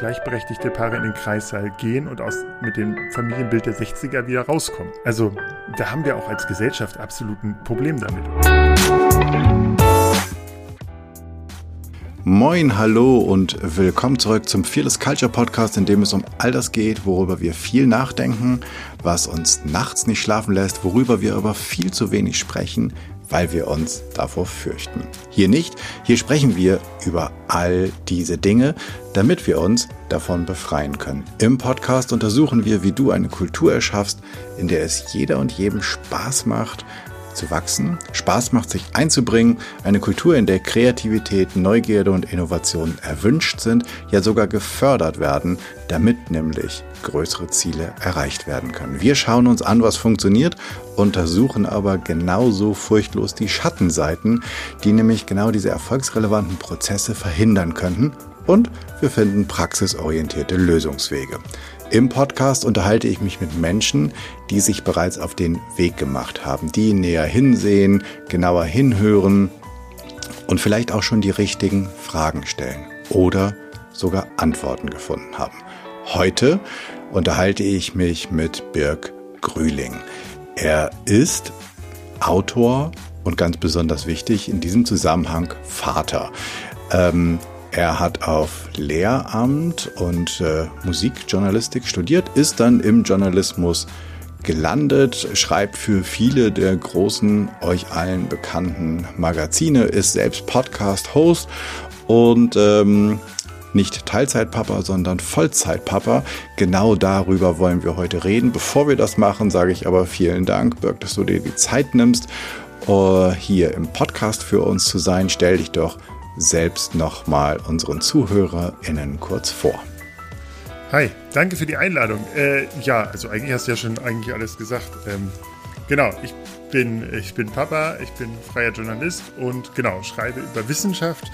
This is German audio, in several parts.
gleichberechtigte Paare in den Kreissaal gehen und mit dem Familienbild der 60er wieder rauskommen. Also da haben wir auch als Gesellschaft absolut ein Problem damit. Moin, hallo und willkommen zurück zum Fearless Culture Podcast, in dem es um all das geht, worüber wir viel nachdenken, was uns nachts nicht schlafen lässt, worüber wir aber viel zu wenig sprechen, weil wir uns davor fürchten. Hier nicht, hier sprechen wir über all diese Dinge, damit wir uns davon befreien können. Im Podcast untersuchen wir, wie du eine Kultur erschaffst, in der es jeder und jedem Spaß macht, zu wachsen, Spaß macht, sich einzubringen, eine Kultur, in der Kreativität, Neugierde und Innovation erwünscht sind, ja sogar gefördert werden, damit nämlich größere Ziele erreicht werden können. Wir schauen uns an, was funktioniert, untersuchen aber genauso furchtlos die Schattenseiten, die nämlich genau diese erfolgsrelevanten Prozesse verhindern könnten, und wir finden praxisorientierte Lösungswege. Im Podcast unterhalte ich mich mit Menschen, die sich bereits auf den Weg gemacht haben, die näher hinsehen, genauer hinhören und vielleicht auch schon die richtigen Fragen stellen oder sogar Antworten gefunden haben. Heute unterhalte ich mich mit Birk Grühling. Er ist Autor und ganz besonders wichtig in diesem Zusammenhang Vater. Er hat auf Lehramt und Musikjournalistik studiert, ist dann im Journalismus gelandet, schreibt für viele der großen, euch allen bekannten Magazine, ist selbst Podcast-Host und nicht Teilzeitpapa, sondern Vollzeitpapa. Genau darüber wollen wir heute reden. Bevor wir das machen, sage ich aber vielen Dank, Birk, dass du dir die Zeit nimmst, hier im Podcast für uns zu sein. Stell dich doch selbst nochmal unseren ZuhörerInnen kurz vor. Hi, danke für die Einladung. Also eigentlich hast du ja schon alles gesagt. Genau, ich bin Papa, ich bin freier Journalist und genau, schreibe über Wissenschaft.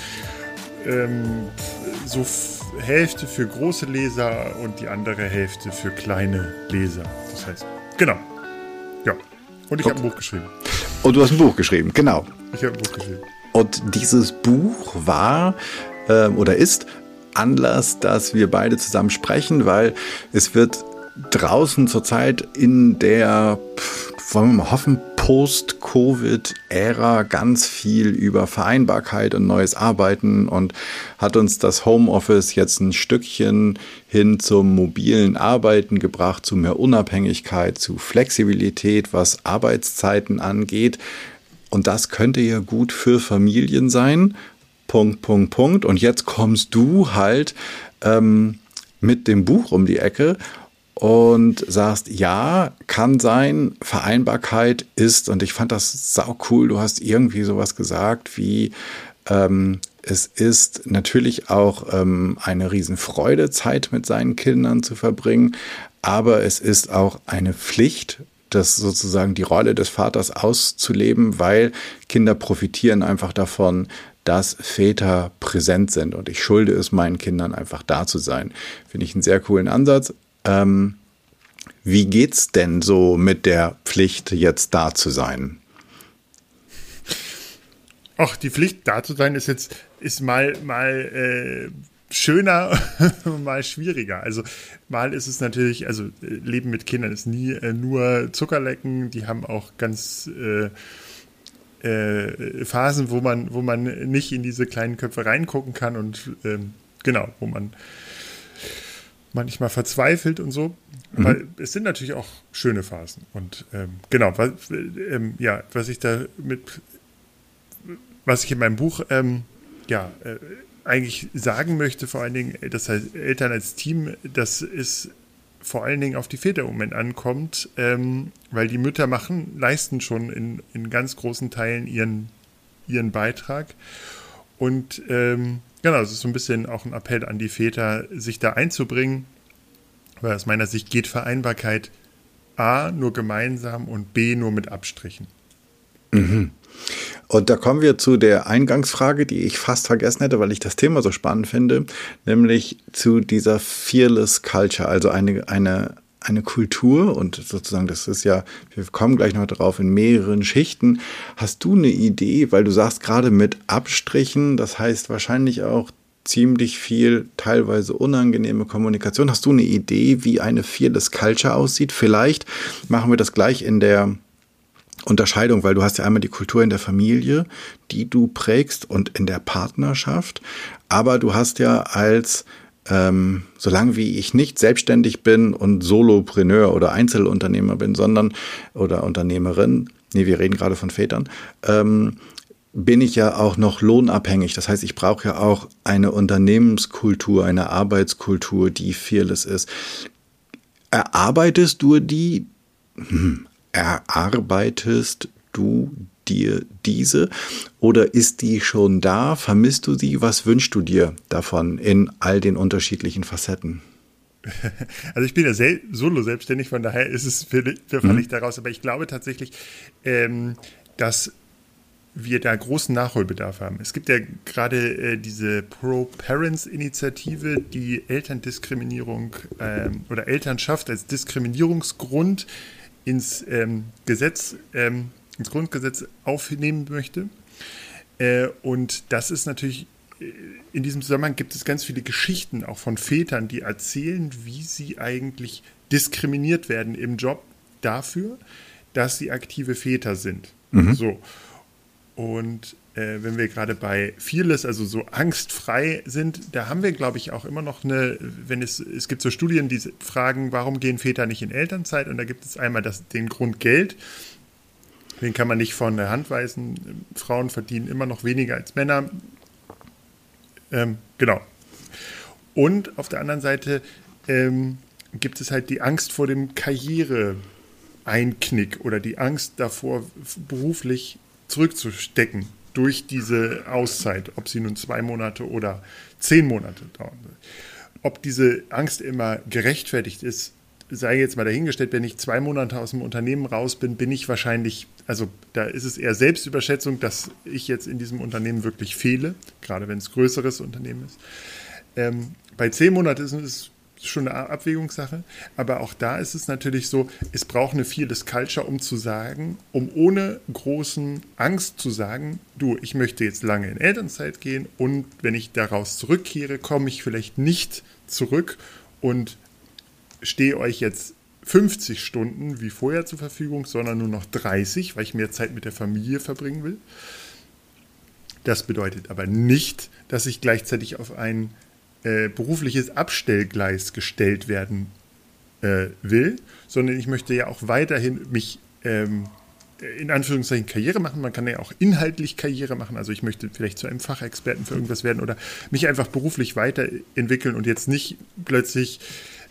So Hälfte für große Leser und die andere Hälfte für kleine Leser. Das heißt, genau. Ja. Und ich habe ein Buch geschrieben. Und du hast ein Buch geschrieben, genau. Ich habe ein Buch geschrieben. Und dieses Buch war oder ist Anlass, dass wir beide zusammen sprechen, weil es wird draußen zurzeit in der, wollen wir mal hoffen, Post-Covid-Ära ganz viel über Vereinbarkeit und neues Arbeiten und hat uns das Homeoffice jetzt ein Stückchen hin zum mobilen Arbeiten gebracht, zu mehr Unabhängigkeit, zu Flexibilität, was Arbeitszeiten angeht. Und das könnte ja gut für Familien sein. ... Und jetzt kommst du halt mit dem Buch um die Ecke und sagst, ja, kann sein, Vereinbarkeit ist, und ich fand das sau cool, du hast irgendwie sowas gesagt wie, es ist natürlich auch eine Riesenfreude, Zeit mit seinen Kindern zu verbringen, aber es ist auch eine Pflicht, das sozusagen die Rolle des Vaters auszuleben, weil Kinder profitieren einfach davon, dass Väter präsent sind. Und ich schulde es meinen Kindern einfach da zu sein. Finde ich einen sehr coolen Ansatz. Wie geht's denn so mit der Pflicht, jetzt da zu sein? Ach, die Pflicht, da zu sein, ist mal schöner, mal schwieriger. Also mal ist es natürlich, Leben mit Kindern ist nie nur Zuckerlecken. Die haben auch ganz Phasen, wo man nicht in diese kleinen Köpfe reingucken kann und wo man manchmal verzweifelt und so. Aber es sind natürlich auch schöne Phasen. Und was ich in meinem Buch eigentlich sagen möchte, vor allen Dingen, das heißt Eltern als Team, dass es vor allen Dingen auf die Väter im Moment ankommt, weil die Mütter leisten schon in ganz großen Teilen ihren Beitrag. Und es ist so ein bisschen auch ein Appell an die Väter, sich da einzubringen, weil aus meiner Sicht geht Vereinbarkeit A nur gemeinsam und B nur mit Abstrichen. Mhm. Und da kommen wir zu der Eingangsfrage, die ich fast vergessen hätte, weil ich das Thema so spannend finde, nämlich zu dieser Fearless Culture, also eine Kultur, und sozusagen, das ist ja, wir kommen gleich noch drauf, in mehreren Schichten. Hast du eine Idee, weil du sagst gerade mit Abstrichen, das heißt wahrscheinlich auch ziemlich viel, teilweise unangenehme Kommunikation. Hast du eine Idee, wie eine Fearless Culture aussieht? Vielleicht machen wir das gleich in der Unterscheidung, weil du hast ja einmal die Kultur in der Familie, die du prägst und in der Partnerschaft. Aber du hast ja als, solange wie ich nicht selbstständig bin und Solopreneur oder Einzelunternehmer bin, oder Unternehmerin, wir reden gerade von Vätern, bin ich ja auch noch lohnabhängig. Das heißt, ich brauche ja auch eine Unternehmenskultur, eine Arbeitskultur, die fearless ist. Erarbeitest du dir diese oder ist die schon da? Vermisst du sie? Was wünschst du dir davon in all den unterschiedlichen Facetten? Also ich bin ja solo selbstständig, von daher ist es völlig daraus. Aber ich glaube tatsächlich, dass wir da großen Nachholbedarf haben. Es gibt ja gerade diese Pro-Parents-Initiative, die Elterndiskriminierung oder Elternschaft als Diskriminierungsgrund ins Grundgesetz aufnehmen möchte. Und das ist natürlich, in diesem Zusammenhang gibt es ganz viele Geschichten auch von Vätern, die erzählen, wie sie eigentlich diskriminiert werden im Job dafür, dass sie aktive Väter sind. So. Und wenn wir gerade bei Fearless, also so angstfrei sind, da haben wir, glaube ich, auch immer noch es gibt so Studien, die fragen, warum gehen Väter nicht in Elternzeit? Und da gibt es einmal den Grund Geld. Den kann man nicht von der Hand weisen. Frauen verdienen immer noch weniger als Männer. Genau. Und auf der anderen Seite gibt es halt die Angst vor dem Karriereeinknick oder die Angst davor, beruflich zurückzustecken durch diese Auszeit, ob sie nun 2 Monate oder 10 Monate dauern. Ob diese Angst immer gerechtfertigt ist, sei jetzt mal dahingestellt. Wenn ich 2 Monate aus dem Unternehmen raus bin, bin ich wahrscheinlich, also da ist es eher Selbstüberschätzung, dass ich jetzt in diesem Unternehmen wirklich fehle, gerade wenn es größeres Unternehmen ist. Bei 10 Monaten ist es schon eine Abwägungssache, aber auch da ist es natürlich so, es braucht eine Fearless Culture, um ohne großen Angst zu sagen, du, ich möchte jetzt lange in Elternzeit gehen und wenn ich daraus zurückkehre, komme ich vielleicht nicht zurück und stehe euch jetzt 50 Stunden wie vorher zur Verfügung, sondern nur noch 30, weil ich mehr Zeit mit der Familie verbringen will. Das bedeutet aber nicht, dass ich gleichzeitig auf ein berufliches Abstellgleis gestellt werden will, sondern ich möchte ja auch weiterhin mich in Anführungszeichen Karriere machen. Man kann ja auch inhaltlich Karriere machen. Also ich möchte vielleicht zu einem Fachexperten für irgendwas werden oder mich einfach beruflich weiterentwickeln und jetzt nicht plötzlich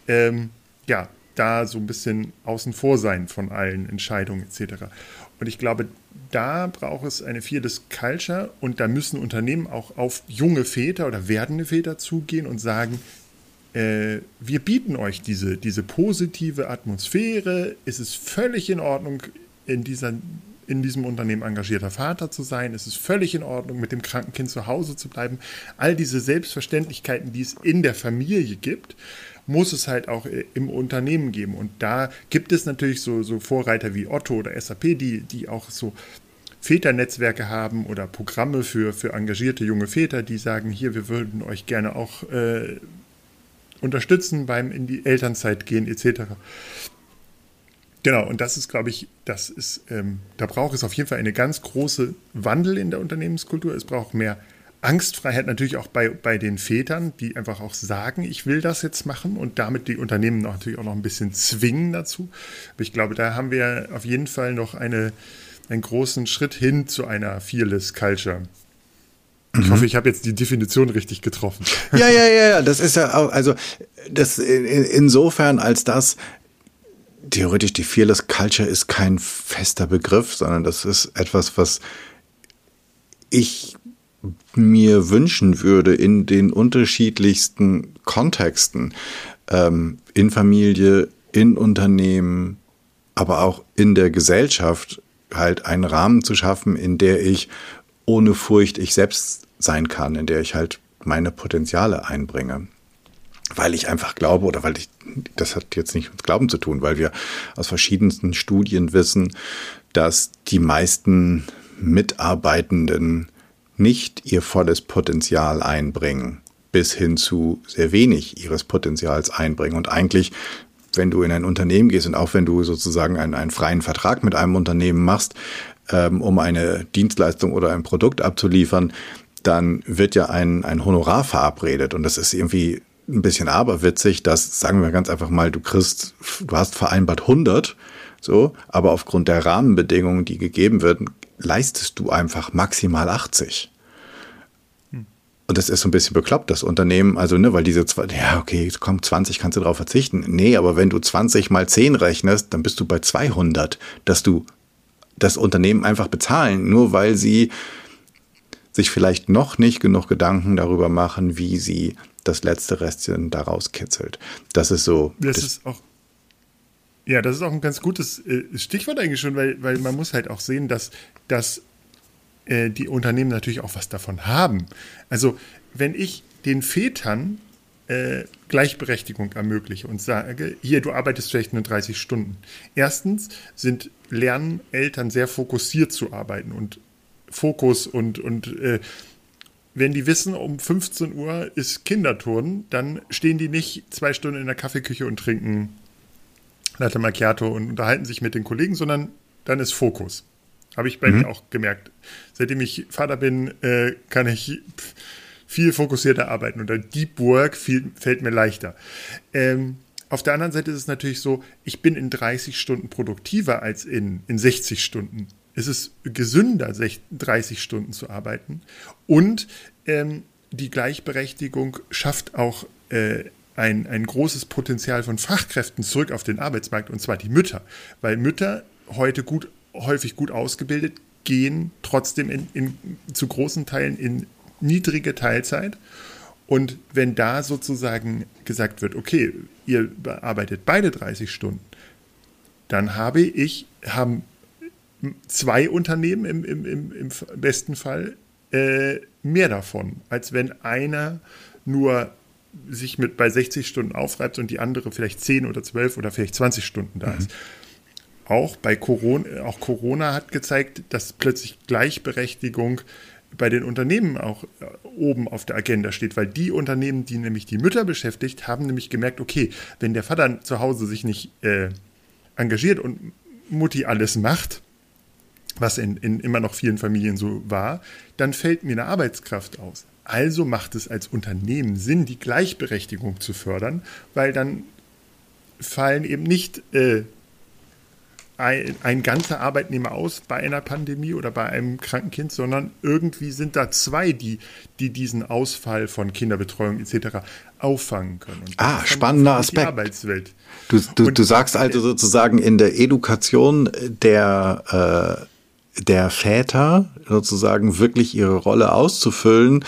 da so ein bisschen außen vor sein von allen Entscheidungen etc. Und ich glaube, da braucht es eine Fearless Culture und da müssen Unternehmen auch auf junge Väter oder werdende Väter zugehen und sagen, wir bieten euch diese positive Atmosphäre, es ist völlig in Ordnung, in diesem Unternehmen engagierter Vater zu sein, es ist völlig in Ordnung, mit dem kranken Kind zu Hause zu bleiben. All diese Selbstverständlichkeiten, die es in der Familie gibt, muss es halt auch im Unternehmen geben. Und da gibt es natürlich so Vorreiter wie Otto oder SAP, die auch so Väternetzwerke haben oder Programme für engagierte junge Väter, die sagen, hier, wir würden euch gerne auch unterstützen beim in die Elternzeit gehen etc. Genau, und das ist, glaube ich, da braucht es auf jeden Fall eine ganz große Wandel in der Unternehmenskultur. Es braucht mehr Angstfreiheit natürlich auch bei den Vätern, die einfach auch sagen, ich will das jetzt machen und damit die Unternehmen natürlich auch noch ein bisschen zwingen dazu. Aber ich glaube, da haben wir auf jeden Fall noch einen großen Schritt hin zu einer Fearless Culture. Ich hoffe, ich habe jetzt die Definition richtig getroffen. Ja, das ist ja auch, also das insofern als das theoretisch die Fearless Culture ist kein fester Begriff, sondern das ist etwas, was ich mir wünschen würde in den unterschiedlichsten Kontexten, in Familie, in Unternehmen, aber auch in der Gesellschaft, halt einen Rahmen zu schaffen, in der ich ohne Furcht ich selbst sein kann, in der ich halt meine Potenziale einbringe. Weil ich einfach glaube, das hat jetzt nicht mit Glauben zu tun, weil wir aus verschiedensten Studien wissen, dass die meisten Mitarbeitenden nicht ihr volles Potenzial einbringen, bis hin zu sehr wenig ihres Potenzials einbringen. Und eigentlich, wenn du in ein Unternehmen gehst und auch wenn du sozusagen einen freien Vertrag mit einem Unternehmen machst, um eine Dienstleistung oder ein Produkt abzuliefern, dann wird ja ein Honorar verabredet. Und das ist irgendwie ein bisschen aberwitzig, dass, sagen wir ganz einfach mal, du hast vereinbart 100, so, aber aufgrund der Rahmenbedingungen, die gegeben werden, leistest du einfach maximal 80. Und das ist so ein bisschen bekloppt, das Unternehmen, also, weil diese, 20 kannst du drauf verzichten. Nee, aber wenn du 20 mal 10 rechnest, dann bist du bei 200, dass du das Unternehmen einfach bezahlen, nur weil sie sich vielleicht noch nicht genug Gedanken darüber machen, wie sie das letzte Restchen daraus kitzelt. Das ist so. Das ist auch ein ganz gutes Stichwort eigentlich schon, weil man muss halt auch sehen, dass die Unternehmen natürlich auch was davon haben. Also wenn ich den Vätern Gleichberechtigung ermögliche und sage, hier, du arbeitest vielleicht nur 30 Stunden. Erstens lernen Eltern sehr fokussiert zu arbeiten und Fokus und wenn die wissen, um 15 Uhr ist Kinderturnen, dann stehen die nicht 2 Stunden in der Kaffeeküche und trinken Latte Macchiato und unterhalten sich mit den Kollegen, sondern dann ist Fokus. Habe ich bei mir auch gemerkt. Seitdem ich Vater bin, kann ich viel fokussierter arbeiten und Deep Work fällt mir leichter. Auf der anderen Seite ist es natürlich so, ich bin in 30 Stunden produktiver als in 60 Stunden. Es ist gesünder, 30 Stunden zu arbeiten und die Gleichberechtigung schafft auch ein großes Potenzial von Fachkräften zurück auf den Arbeitsmarkt, und zwar die Mütter. Weil Mütter heute häufig gut ausgebildet, gehen trotzdem zu großen Teilen in niedrige Teilzeit. Und wenn da sozusagen gesagt wird, okay, ihr arbeitet beide 30 Stunden, dann haben 2 Unternehmen im besten Fall mehr davon, als wenn einer nur sich bei 60 Stunden aufreibt und die andere vielleicht 10 oder 12 oder vielleicht 20 Stunden da ist. Auch Corona hat gezeigt, dass plötzlich Gleichberechtigung bei den Unternehmen auch oben auf der Agenda steht, weil die Unternehmen, die nämlich die Mütter beschäftigt, haben nämlich gemerkt, okay, wenn der Vater zu Hause sich nicht engagiert und Mutti alles macht, was in immer noch vielen Familien so war, dann fällt mir eine Arbeitskraft aus. Also macht es als Unternehmen Sinn, die Gleichberechtigung zu fördern, weil dann fallen eben nicht ein ganzer Arbeitnehmer aus bei einer Pandemie oder bei einem kranken Kind, sondern irgendwie sind da 2, die diesen Ausfall von Kinderbetreuung etc. auffangen können. Und spannender Aspekt. Die Arbeitswelt. Du sagst also sozusagen in der Education der Väter sozusagen wirklich ihre Rolle auszufüllen,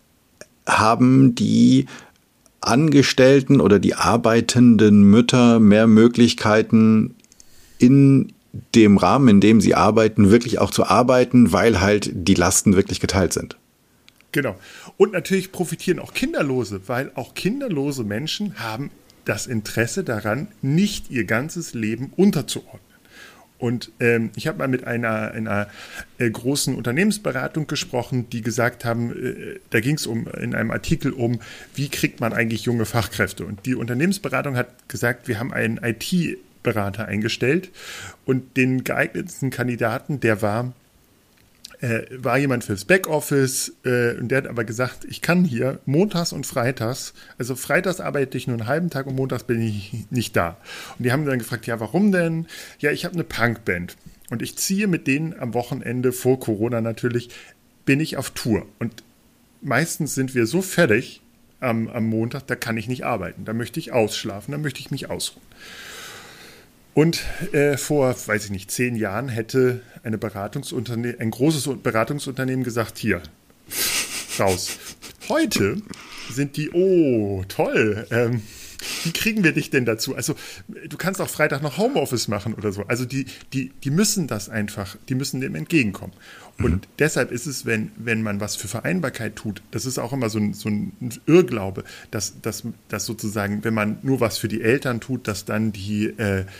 haben die Angestellten oder die arbeitenden Mütter mehr Möglichkeiten, in dem Rahmen, in dem sie arbeiten, wirklich auch zu arbeiten, weil halt die Lasten wirklich geteilt sind. Genau. Und natürlich profitieren auch Kinderlose, weil auch kinderlose Menschen haben das Interesse daran, nicht ihr ganzes Leben unterzuordnen. Und ich habe mal mit einer großen Unternehmensberatung gesprochen, die gesagt haben, da ging es in einem Artikel um, wie kriegt man eigentlich junge Fachkräfte? Und die Unternehmensberatung hat gesagt, wir haben einen IT-Berater eingestellt und den geeignetsten Kandidaten, der war jemand fürs Backoffice und der hat aber gesagt, ich kann hier montags und freitags, also freitags arbeite ich nur einen halben Tag und montags bin ich nicht da. Und die haben dann gefragt, ja, warum denn? Ja, ich habe eine Punkband und ich ziehe mit denen am Wochenende, vor Corona natürlich, bin ich auf Tour. Und meistens sind wir so fertig am Montag, da kann ich nicht arbeiten, da möchte ich ausschlafen, da möchte ich mich ausruhen. Und vor, 10 Jahren hätte ein großes Beratungsunternehmen gesagt, hier, raus. Heute sind die, oh, toll, wie kriegen wir dich denn dazu? Also du kannst auch Freitag noch Homeoffice machen oder so. Also die müssen das einfach, die müssen dem entgegenkommen. Und deshalb ist es, wenn man was für Vereinbarkeit tut, das ist auch immer so ein Irrglaube, dass sozusagen, wenn man nur was für die Eltern tut, dass dann die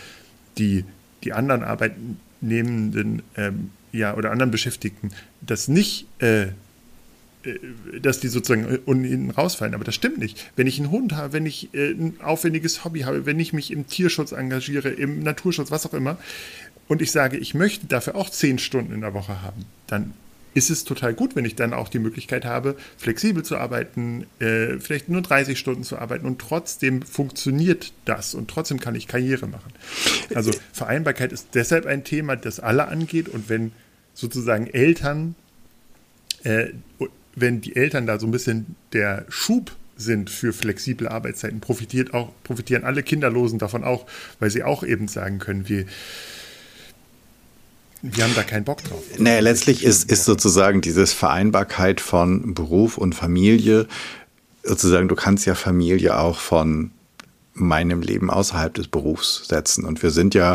anderen Arbeitnehmenden oder anderen Beschäftigten das nicht dass die sozusagen unten rausfallen. Aber das stimmt nicht. Wenn ich einen Hund habe, wenn ich ein aufwendiges Hobby habe, wenn ich mich im Tierschutz engagiere, im Naturschutz, was auch immer, und ich sage, ich möchte dafür auch 10 Stunden in der Woche haben, dann ist es total gut, wenn ich dann auch die Möglichkeit habe, flexibel zu arbeiten, vielleicht nur 30 Stunden zu arbeiten und trotzdem funktioniert das und trotzdem kann ich Karriere machen. Also Vereinbarkeit ist deshalb ein Thema, das alle angeht, und wenn sozusagen wenn die Eltern da so ein bisschen der Schub sind für flexible Arbeitszeiten, profitieren alle Kinderlosen davon auch, weil sie auch eben sagen können, wir haben da keinen Bock drauf. Naja, letztlich ist sozusagen dieses Vereinbarkeit von Beruf und Familie, sozusagen, du kannst ja Familie auch von meinem Leben außerhalb des Berufs setzen. Und wir sind ja,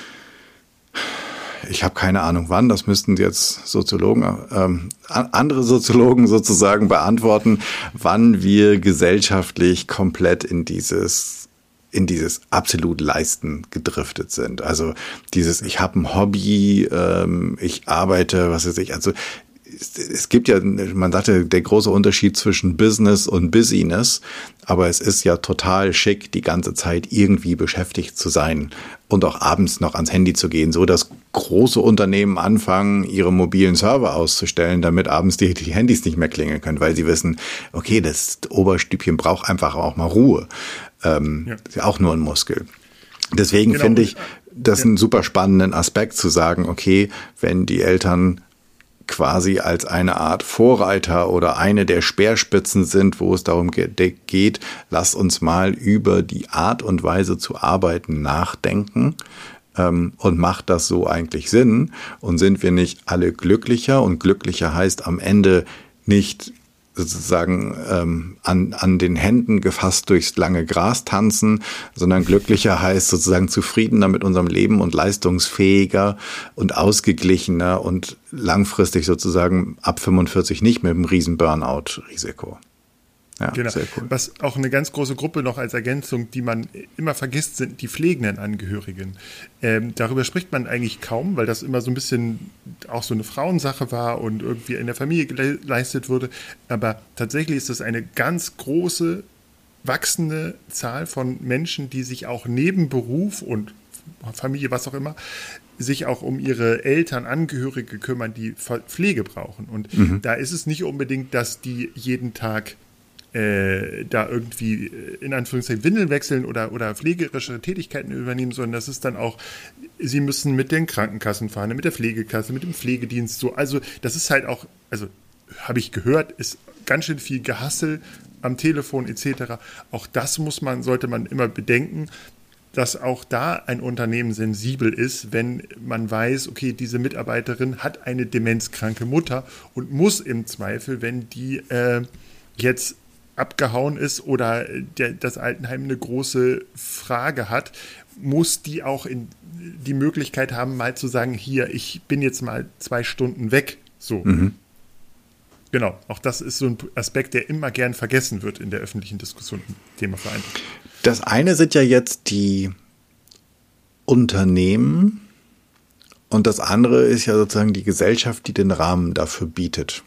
ich habe keine Ahnung wann, das müssten jetzt Soziologen, andere Soziologen sozusagen beantworten, wann wir gesellschaftlich komplett in dieses absolut Leisten gedriftet sind. Also ich habe ein Hobby, ich arbeite, was weiß ich, also es gibt ja, man sagte, der große Unterschied zwischen Business und Busyness, aber es ist ja total schick, die ganze Zeit irgendwie beschäftigt zu sein und auch abends noch ans Handy zu gehen, so dass große Unternehmen anfangen, ihre mobilen Server auszustellen, damit abends die Handys nicht mehr klingeln können, weil sie wissen, okay, das Oberstübchen braucht einfach auch mal Ruhe. Ist ja auch nur ein Muskel. Deswegen finde ich das einen super spannenden Aspekt zu sagen, okay, wenn die Eltern quasi als eine Art Vorreiter oder eine der Speerspitzen sind, wo es darum geht, lasst uns mal über die Art und Weise zu arbeiten nachdenken, und macht das so eigentlich Sinn, und sind wir nicht alle glücklicher, und glücklicher heißt am Ende nicht sozusagen an den Händen gefasst durchs lange Gras tanzen, sondern glücklicher heißt sozusagen zufriedener mit unserem Leben und leistungsfähiger und ausgeglichener und langfristig sozusagen ab 45 nicht mit einem riesen Burnout-Risiko. Ja, genau. Sehr cool. Was auch eine ganz große Gruppe noch als Ergänzung, die man immer vergisst, sind die pflegenden Angehörigen. Darüber spricht man eigentlich kaum, weil das immer so ein bisschen auch so eine Frauensache war und irgendwie in der Familie geleistet wurde. Aber tatsächlich ist das eine ganz große, wachsende Zahl von Menschen, die sich auch neben Beruf und Familie, was auch immer, sich auch um ihre Eltern, Angehörige kümmern, die Pflege brauchen. Und da ist es nicht unbedingt, dass die jeden Tag da irgendwie in Anführungszeichen Windeln wechseln oder pflegerische Tätigkeiten übernehmen, sondern das ist dann auch, sie müssen mit den Krankenkassen fahren, mit der Pflegekasse, mit dem Pflegedienst so. Also das ist halt auch, also habe ich gehört, ist ganz schön viel Gehassel am Telefon etc. Auch das sollte man immer bedenken, dass auch da ein Unternehmen sensibel ist, wenn man weiß, okay, diese Mitarbeiterin hat eine demenzkranke Mutter und muss im Zweifel, wenn die jetzt abgehauen ist oder das Altenheim eine große Frage hat, muss die auch die Möglichkeit haben, mal zu sagen, hier, ich bin jetzt mal 2 Stunden weg. So. Genau, auch das ist so ein Aspekt, der immer gern vergessen wird in der öffentlichen Diskussion, Thema Vereinbarkeit. Das eine sind ja jetzt die Unternehmen und das andere ist ja sozusagen die Gesellschaft, die den Rahmen dafür bietet.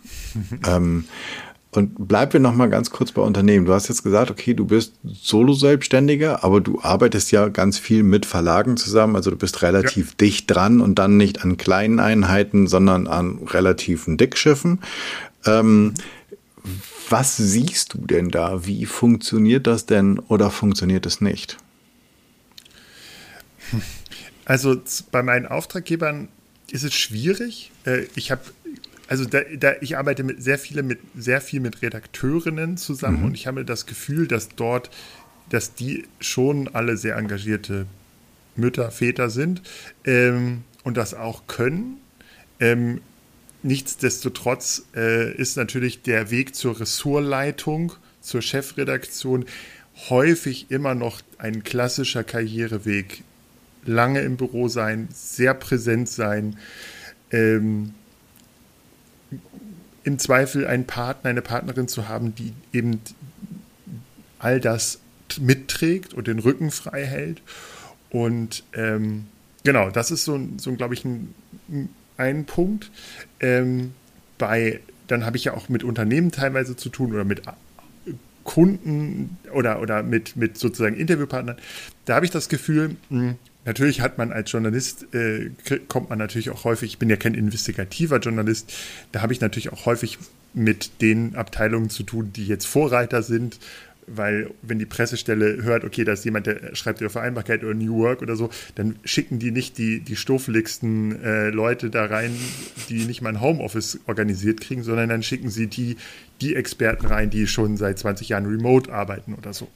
Und bleiben wir noch mal ganz kurz bei Unternehmen. Du hast jetzt gesagt, okay, du bist Solo-Selbstständiger, aber du arbeitest ja ganz viel mit Verlagen zusammen. Also du bist relativ dicht dran und dann nicht an kleinen Einheiten, sondern an relativen Dickschiffen. Was siehst du denn da? Wie funktioniert das denn oder funktioniert es nicht? Also bei meinen Auftraggebern ist es schwierig. Ich arbeite sehr viel mit Redakteurinnen zusammen und ich habe das Gefühl, dass die schon alle sehr engagierte Mütter, Väter sind und das auch können. Nichtsdestotrotz ist natürlich der Weg zur Ressortleitung, zur Chefredaktion häufig immer noch ein klassischer Karriereweg. Lange im Büro sein, sehr präsent sein, im Zweifel einen Partner, eine Partnerin zu haben, die eben all das mitträgt und den Rücken frei hält. Und genau, das ist so glaube ich, ein Punkt. Bei dann habe ich ja auch mit Unternehmen teilweise zu tun oder mit Kunden oder mit sozusagen Interviewpartnern. Da habe ich das Gefühl, natürlich hat man als Journalist, kommt man natürlich auch häufig, ich bin ja kein investigativer Journalist, da habe ich natürlich auch häufig mit den Abteilungen zu tun, die jetzt Vorreiter sind, weil wenn die Pressestelle hört, okay, da ist jemand, der schreibt über Vereinbarkeit oder New Work oder so, dann schicken die nicht die stoffeligsten Leute da rein, die nicht mal ein Homeoffice organisiert kriegen, sondern dann schicken sie die Experten rein, die schon seit 20 Jahren remote arbeiten oder so.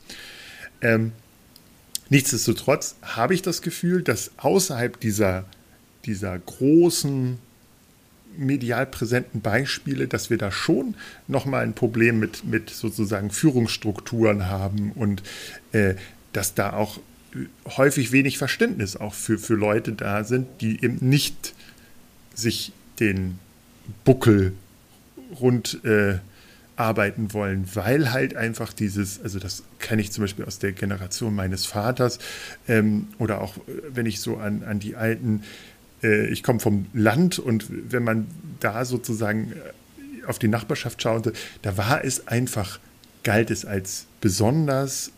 Nichtsdestotrotz habe ich das Gefühl, dass außerhalb dieser großen medial präsenten Beispiele, dass wir da schon nochmal ein Problem mit sozusagen Führungsstrukturen haben und dass da auch häufig wenig Verständnis auch für Leute da sind, die eben nicht sich den Buckel rund arbeiten wollen, weil halt einfach also das kenne ich zum Beispiel aus der Generation meines Vaters oder auch wenn ich so an die alten, ich komme vom Land und wenn man da sozusagen auf die Nachbarschaft schaute, da galt es als besonders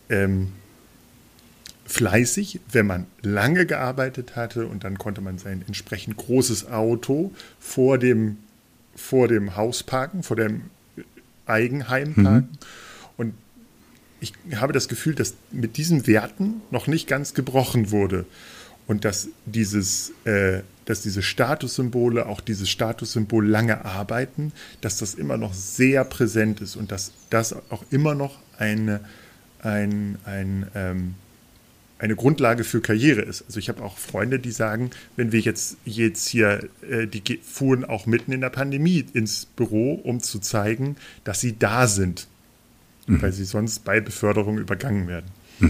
fleißig, wenn man lange gearbeitet hatte und dann konnte man sein entsprechend großes Auto vor dem Haus parken, vor dem Eigenheim parken. Und ich habe das Gefühl, dass mit diesen Werten noch nicht ganz gebrochen wurde und dass diese Statussymbole, auch dieses Statussymbol lange arbeiten, dass das immer noch sehr präsent ist und dass das auch immer noch eine Grundlage für Karriere ist. Also ich habe auch Freunde, die sagen, wenn wir jetzt hier, die fuhren auch mitten in der Pandemie ins Büro, um zu zeigen, dass sie da sind, weil sie sonst bei Beförderung übergangen werden.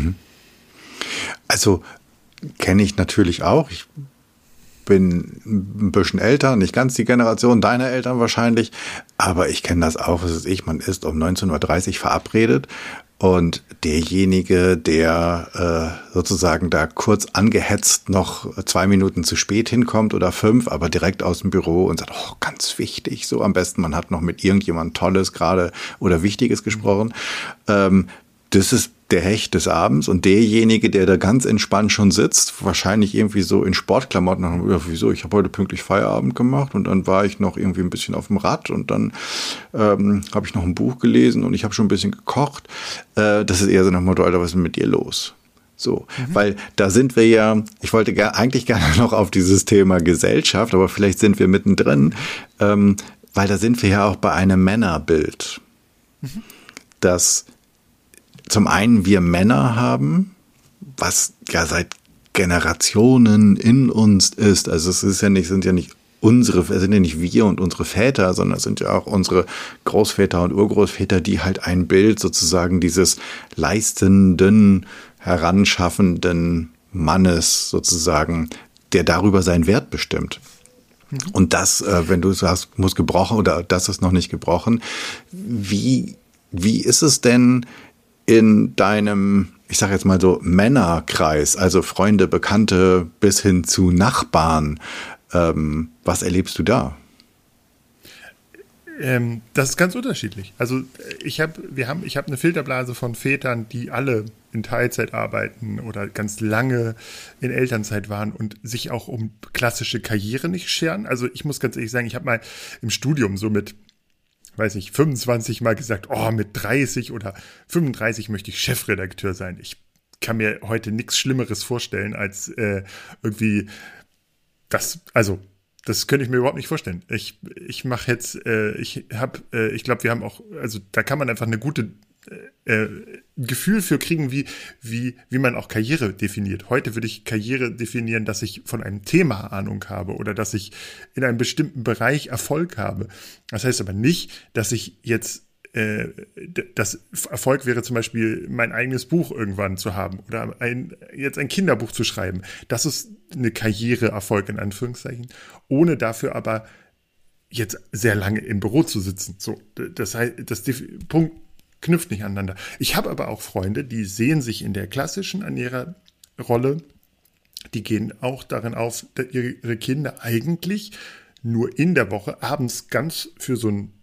Also kenne ich natürlich auch. Ich bin ein bisschen älter, nicht ganz die Generation deiner Eltern wahrscheinlich, aber ich kenne das auch. Man ist um 19:30 Uhr verabredet. Und derjenige, der sozusagen da kurz angehetzt noch 2 Minuten zu spät hinkommt oder 5, aber direkt aus dem Büro und sagt, oh, ganz wichtig, so am besten, man hat noch mit irgendjemand Tolles gerade oder Wichtiges gesprochen. Das ist der Hecht des Abends und derjenige, der da ganz entspannt schon sitzt, wahrscheinlich irgendwie so in Sportklamotten, ja, wieso, ich habe heute pünktlich Feierabend gemacht und dann war ich noch irgendwie ein bisschen auf dem Rad und dann habe ich noch ein Buch gelesen und ich habe schon ein bisschen gekocht. Das ist eher so nach dem Motto, Alter, was ist denn mit dir los? So, weil da sind wir ja, ich wollte eigentlich gerne noch auf dieses Thema Gesellschaft, aber vielleicht sind wir mittendrin, weil da sind wir ja auch bei einem Männerbild, das zum einen wir Männer haben, was ja seit Generationen in uns ist. Also es sind ja nicht wir und unsere Väter, sondern es sind ja auch unsere Großväter und Urgroßväter, die halt ein Bild sozusagen dieses leistenden, heranschaffenden Mannes sozusagen, der darüber seinen Wert bestimmt. Und das, wenn du sagst, muss gebrochen oder das ist noch nicht gebrochen, wie ist es denn in deinem, ich sage jetzt mal so, Männerkreis, also Freunde, Bekannte bis hin zu Nachbarn, was erlebst du da? Das ist ganz unterschiedlich. Also ich habe eine Filterblase von Vätern, die alle in Teilzeit arbeiten oder ganz lange in Elternzeit waren und sich auch um klassische Karriere nicht scheren. Also ich muss ganz ehrlich sagen, ich habe mal im Studium so mit 25 Mal gesagt, oh, mit 30 oder 35 möchte ich Chefredakteur sein. Ich kann mir heute nichts Schlimmeres vorstellen, als irgendwie das, also das könnte ich mir überhaupt nicht vorstellen. Ich mache jetzt, ich glaube, wir haben auch, also da kann man einfach eine gute Gefühl für kriegen, wie man auch Karriere definiert. Heute würde ich Karriere definieren, dass ich von einem Thema Ahnung habe oder dass ich in einem bestimmten Bereich Erfolg habe. Das heißt aber nicht, dass ich jetzt das Erfolg wäre zum Beispiel, mein eigenes Buch irgendwann zu haben oder jetzt ein Kinderbuch zu schreiben. Das ist eine Karriereerfolg in Anführungszeichen, ohne dafür aber jetzt sehr lange im Büro zu sitzen. So, das heißt, Punkt knüpft nicht aneinander. Ich habe aber auch Freunde, die sehen sich in der klassischen Ernährerrolle, die gehen auch darin auf, ihre Kinder eigentlich nur in der Woche abends ganz für so ein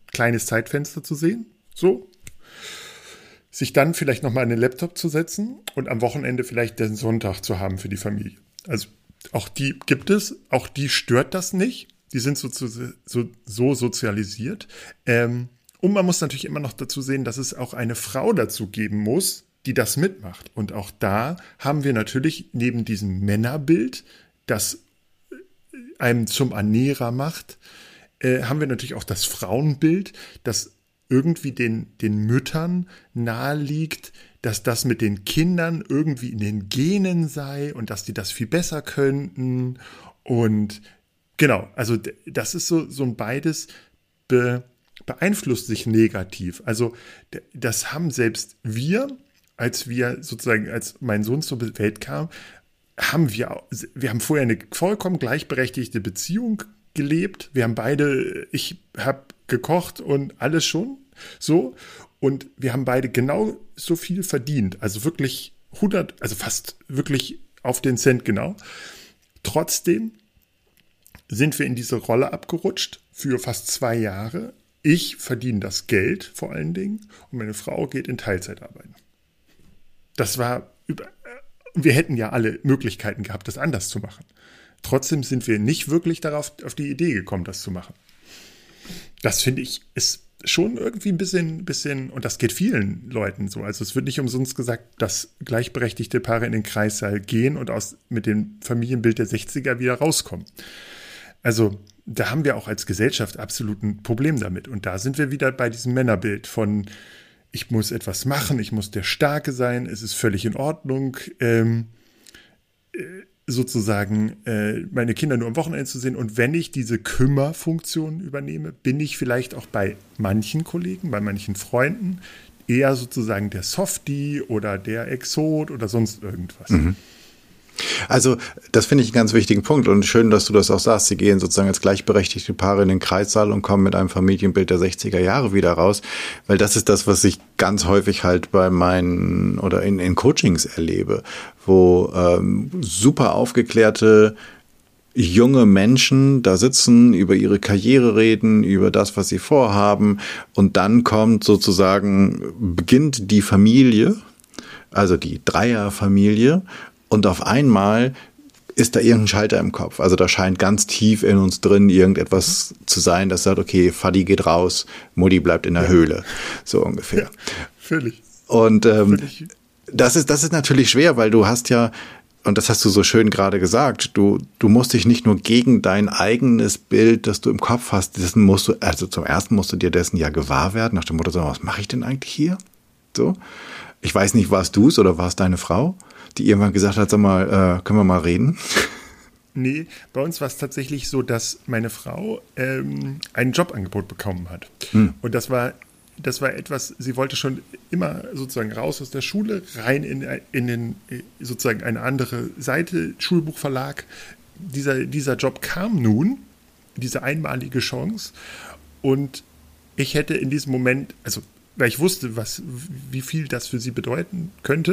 kleines Zeitfenster zu sehen, so. Sich dann vielleicht nochmal an den Laptop zu setzen und am Wochenende vielleicht den Sonntag zu haben für die Familie. Also auch die gibt es, auch die stört das nicht. Die sind so sozialisiert. Und man muss natürlich immer noch dazu sehen, dass es auch eine Frau dazu geben muss, die das mitmacht. Und auch da haben wir natürlich neben diesem Männerbild, das einem zum Ernährer macht, haben wir natürlich auch das Frauenbild, das irgendwie den Müttern naheliegt, dass das mit den Kindern irgendwie in den Genen sei und dass die das viel besser könnten. Und genau, also das ist so ein beides beeinflusst sich negativ. Also das haben selbst wir, als mein Sohn zur Welt kam, wir haben vorher eine vollkommen gleichberechtigte Beziehung gelebt. Wir haben beide, ich habe gekocht und alles schon so. Und wir haben beide genau so viel verdient. Also wirklich 100, also fast wirklich auf den Cent genau. Trotzdem sind wir in diese Rolle abgerutscht für fast 2 Jahre. Ich verdiene das Geld vor allen Dingen und meine Frau geht in Teilzeit arbeiten. Wir hätten ja alle Möglichkeiten gehabt, das anders zu machen. Trotzdem sind wir nicht wirklich auf die Idee gekommen, das zu machen. Das finde ich ist schon irgendwie ein bisschen, und das geht vielen Leuten so. Also es wird nicht umsonst gesagt, dass gleichberechtigte Paare in den Kreissaal gehen und mit dem Familienbild der 60er wieder rauskommen. Also da haben wir auch als Gesellschaft absolut ein Problem damit. Und da sind wir wieder bei diesem Männerbild von, ich muss etwas machen, ich muss der Starke sein, es ist völlig in Ordnung, sozusagen meine Kinder nur am Wochenende zu sehen. Und wenn ich diese Kümmerfunktion übernehme, bin ich vielleicht auch bei manchen Kollegen, bei manchen Freunden eher sozusagen der Softie oder der Exot oder sonst irgendwas. Mhm. Also das finde ich einen ganz wichtigen Punkt und schön, dass du das auch sagst. Sie gehen sozusagen als gleichberechtigte Paare in den Kreissaal und kommen mit einem Familienbild der 60er Jahre wieder raus, weil das ist das, was ich ganz häufig halt bei meinen oder in Coachings erlebe, wo super aufgeklärte junge Menschen da sitzen, über ihre Karriere reden, über das, was sie vorhaben und dann beginnt die Familie, also die Dreierfamilie. Und auf einmal ist da irgendein Schalter im Kopf. Also da scheint ganz tief in uns drin irgendetwas zu sein, das sagt, okay, Vati geht raus, Mutti bleibt in der Höhle. So ungefähr. Ja, völlig. Und das ist natürlich schwer, weil du hast ja, und das hast du so schön gerade gesagt, du musst dich nicht nur gegen dein eigenes Bild, das du im Kopf hast, zum ersten musst du dir dessen ja gewahr werden, nach dem Motto, was mache ich denn eigentlich hier? So. Ich weiß nicht, warst du es oder war es deine Frau, die irgendwann gesagt hat, sag mal, können wir mal reden? Nee, bei uns war es tatsächlich so, dass meine Frau ein Jobangebot bekommen hat. Und das war etwas, sie wollte schon immer sozusagen raus aus der Schule, rein in den sozusagen eine andere Seite, Schulbuchverlag. Dieser Job kam nun, diese einmalige Chance. Und ich hätte in diesem Moment, also weil ich wusste, wie viel das für sie bedeuten könnte,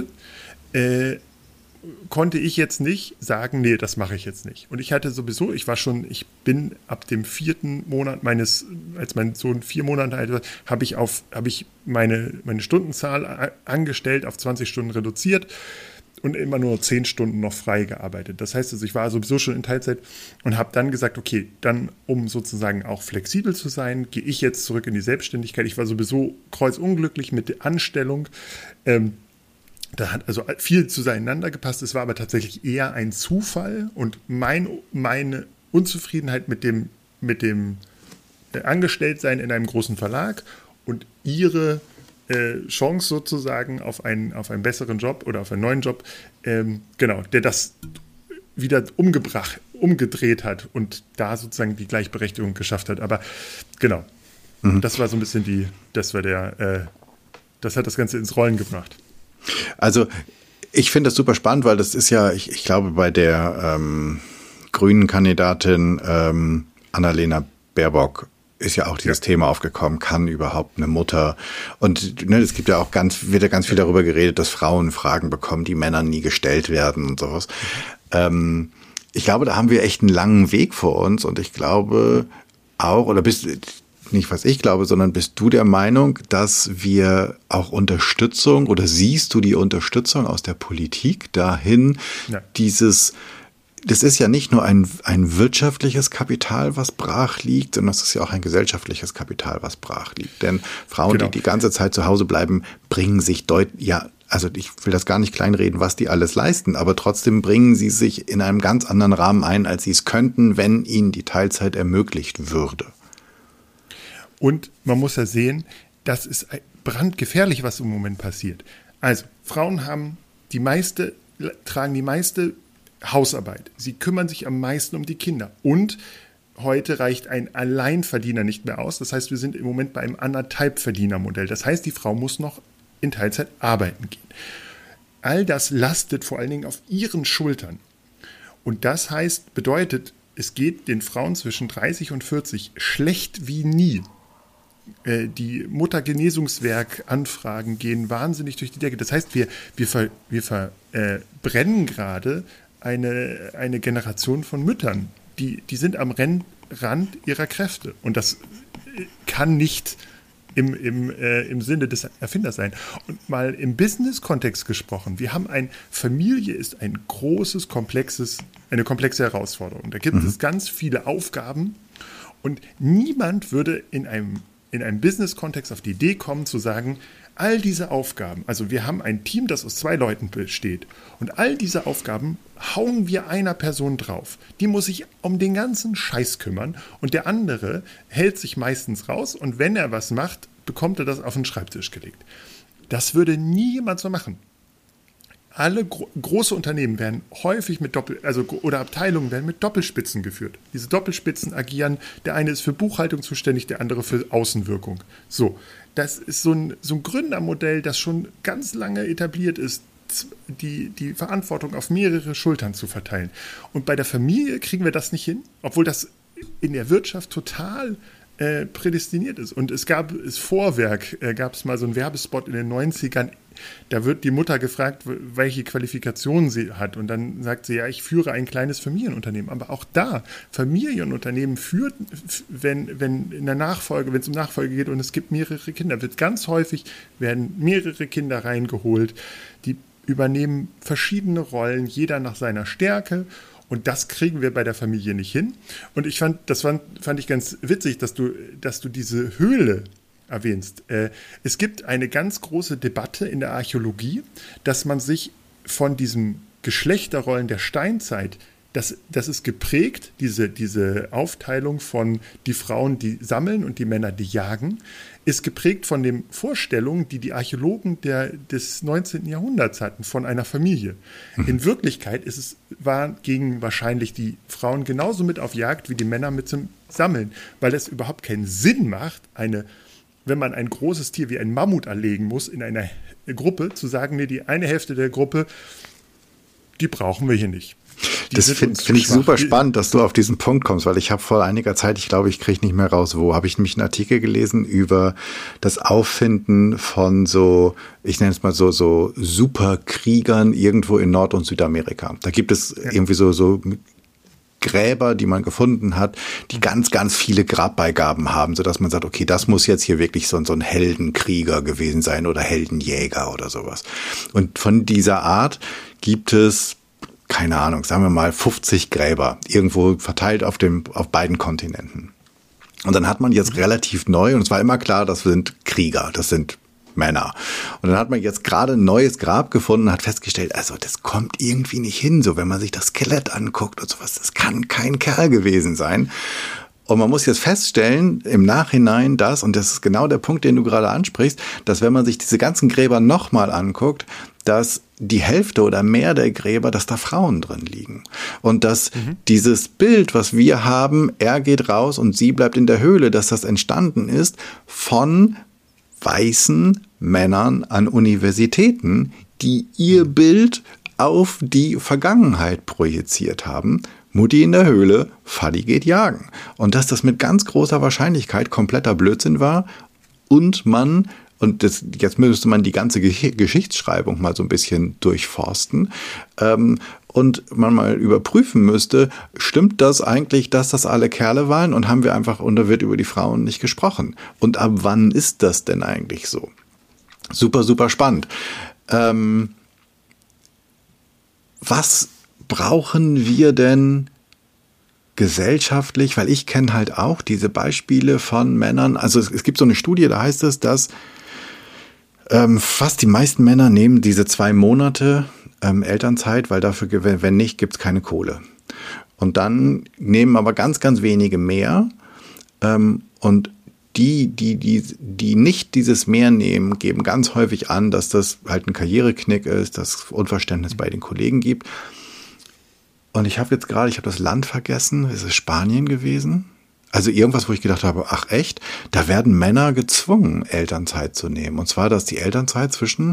konnte ich jetzt nicht sagen, nee, das mache ich jetzt nicht. Und ich bin ab dem 4. Monat als mein Sohn 4 Monate alt war, habe ich meine Stundenzahl angestellt, auf 20 Stunden reduziert und immer nur 10 Stunden noch frei gearbeitet. Das heißt also, ich war sowieso schon in Teilzeit und habe dann gesagt, okay, dann, um sozusagen auch flexibel zu sein, gehe ich jetzt zurück in die Selbstständigkeit. Ich war sowieso kreuzunglücklich mit der Anstellung. Da hat also viel zueinander gepasst. Es war aber tatsächlich eher ein Zufall und meine Unzufriedenheit mit dem Angestelltsein in einem großen Verlag und ihre Chance sozusagen auf einen besseren Job oder auf einen neuen Job, der das wieder umgedreht hat und da sozusagen die Gleichberechtigung geschafft hat. Aber genau, das war so ein bisschen das hat das Ganze ins Rollen gebracht. Also ich finde das super spannend, weil das ist ja, ich glaube, bei der grünen Kandidatin Annalena Baerbock ist ja auch dieses Thema aufgekommen, kann überhaupt eine Mutter, und es gibt ja auch wird ja ganz viel darüber geredet, dass Frauen Fragen bekommen, die Männern nie gestellt werden und sowas. Ich glaube, da haben wir echt einen langen Weg vor uns und ich glaube auch, nicht, was ich glaube, sondern bist du der Meinung, dass wir auch Unterstützung oder siehst du die Unterstützung aus der Politik dahin, das ist ja nicht nur ein wirtschaftliches Kapital, was brach liegt, sondern es ist ja auch ein gesellschaftliches Kapital, was brach liegt. Denn Frauen, die ganze Zeit zu Hause bleiben, bringen sich also ich will das gar nicht kleinreden, was die alles leisten, aber trotzdem bringen sie sich in einem ganz anderen Rahmen ein, als sie es könnten, wenn ihnen die Teilzeit ermöglicht würde. Und man muss ja sehen, das ist brandgefährlich, was im Moment passiert. Also Frauen tragen die meiste Hausarbeit. Sie kümmern sich am meisten um die Kinder. Und heute reicht ein Alleinverdiener nicht mehr aus. Das heißt, wir sind im Moment bei einem 1,5-Verdiener-Modell. Das heißt, die Frau muss noch in Teilzeit arbeiten gehen. All das lastet vor allen Dingen auf ihren Schultern. Und das bedeutet, es geht den Frauen zwischen 30 und 40 schlecht wie nie. Die Muttergenesungswerk-Anfragen gehen wahnsinnig durch die Decke. Das heißt, wir verbrennen gerade eine Generation von Müttern. Die sind am Rand ihrer Kräfte. Und das kann nicht im Sinne des Erfinders sein. Und mal im Business-Kontext gesprochen, Familie ist eine komplexe Herausforderung. Da gibt es ganz viele Aufgaben und niemand würde in einem Business-Kontext auf die Idee kommen zu sagen, all diese Aufgaben, also wir haben ein Team, das aus 2 Leuten besteht und all diese Aufgaben hauen wir einer Person drauf. Die muss sich um den ganzen Scheiß kümmern und der andere hält sich meistens raus und wenn er was macht, bekommt er das auf den Schreibtisch gelegt. Das würde nie jemand so machen. Alle große Unternehmen werden häufig oder Abteilungen werden mit Doppelspitzen geführt. Diese Doppelspitzen agieren, der eine ist für Buchhaltung zuständig, der andere für Außenwirkung. So, das ist so ein Gründermodell, das schon ganz lange etabliert ist, die Verantwortung auf mehrere Schultern zu verteilen. Und bei der Familie kriegen wir das nicht hin, obwohl das in der Wirtschaft total prädestiniert ist. Und es gab mal so einen Werbespot in den 90ern, da wird die Mutter gefragt, welche Qualifikationen sie hat. Und dann sagt sie, ja, ich führe ein kleines Familienunternehmen. Aber auch da, Familienunternehmen führt, wenn es um Nachfolge geht und es gibt mehrere Kinder, werden mehrere Kinder reingeholt, die übernehmen verschiedene Rollen, jeder nach seiner Stärke. Und das kriegen wir bei der Familie nicht hin. Und das fand ich ganz witzig, dass du diese Höhle erwähnst. Es gibt eine ganz große Debatte in der Archäologie, dass man sich von diesen Geschlechterrollen der Steinzeit, das ist geprägt, diese Aufteilung von die Frauen, die sammeln und die Männer, die jagen, ist geprägt von den Vorstellungen, die Archäologen des 19. Jahrhunderts hatten von einer Familie. In Wirklichkeit gingen wahrscheinlich die Frauen genauso mit auf Jagd wie die Männer mit zum Sammeln, weil es überhaupt keinen Sinn macht, wenn man ein großes Tier wie ein Mammut erlegen muss, in einer Gruppe zu sagen, nee, die eine Hälfte der Gruppe, die brauchen wir hier nicht. Das finde ich super spannend, dass du auf diesen Punkt kommst, weil ich habe vor einiger Zeit, ich glaube, ich kriege nicht mehr raus, habe ich nämlich einen Artikel gelesen über das Auffinden von ich nenne es mal so Superkriegern irgendwo in Nord- und Südamerika. Da gibt es irgendwie so Gräber, die man gefunden hat, die ganz, ganz viele Grabbeigaben haben, sodass man sagt, okay, das muss jetzt hier wirklich so ein Heldenkrieger gewesen sein oder Heldenjäger oder sowas. Und von dieser Art gibt es, keine Ahnung, sagen wir mal 50 Gräber, irgendwo verteilt auf beiden Kontinenten. Und dann hat man jetzt relativ neu, und es war immer klar, das sind Krieger, das sind Männer. Und dann hat man jetzt gerade ein neues Grab gefunden und hat festgestellt, also das kommt irgendwie nicht hin, so wenn man sich das Skelett anguckt und sowas, das kann kein Kerl gewesen sein. Und man muss jetzt feststellen, im Nachhinein und das ist genau der Punkt, den du gerade ansprichst, dass wenn man sich diese ganzen Gräber nochmal anguckt, dass die Hälfte oder mehr der Gräber, dass da Frauen drin liegen. Und dass dieses Bild, was wir haben, er geht raus und sie bleibt in der Höhle, dass das entstanden ist von weißen Männern an Universitäten, die ihr Bild auf die Vergangenheit projiziert haben. Mutti in der Höhle, Vati geht jagen. Und dass das mit ganz großer Wahrscheinlichkeit kompletter Blödsinn war und jetzt müsste man die ganze Geschichtsschreibung mal so ein bisschen durchforsten. und man mal überprüfen müsste, stimmt das eigentlich, dass das alle Kerle waren und haben wir einfach, und da wird über die Frauen nicht gesprochen. Und ab wann ist das denn eigentlich so? Super, super spannend. Was brauchen wir denn gesellschaftlich? Weil ich kenne halt auch diese Beispiele von Männern. Also es gibt so eine Studie, da heißt es, dass fast die meisten Männer nehmen diese 2 Monate Elternzeit, weil dafür, wenn nicht, gibt es keine Kohle. Und dann nehmen aber ganz, ganz wenige mehr. Und die nicht dieses mehr nehmen, geben ganz häufig an, dass das halt ein Karriereknick ist, dass es Unverständnis bei den Kollegen gibt. Und ich habe das Land vergessen, ist es Spanien gewesen? Also irgendwas, wo ich gedacht habe, ach echt, da werden Männer gezwungen, Elternzeit zu nehmen. Und zwar, dass die Elternzeit zwischen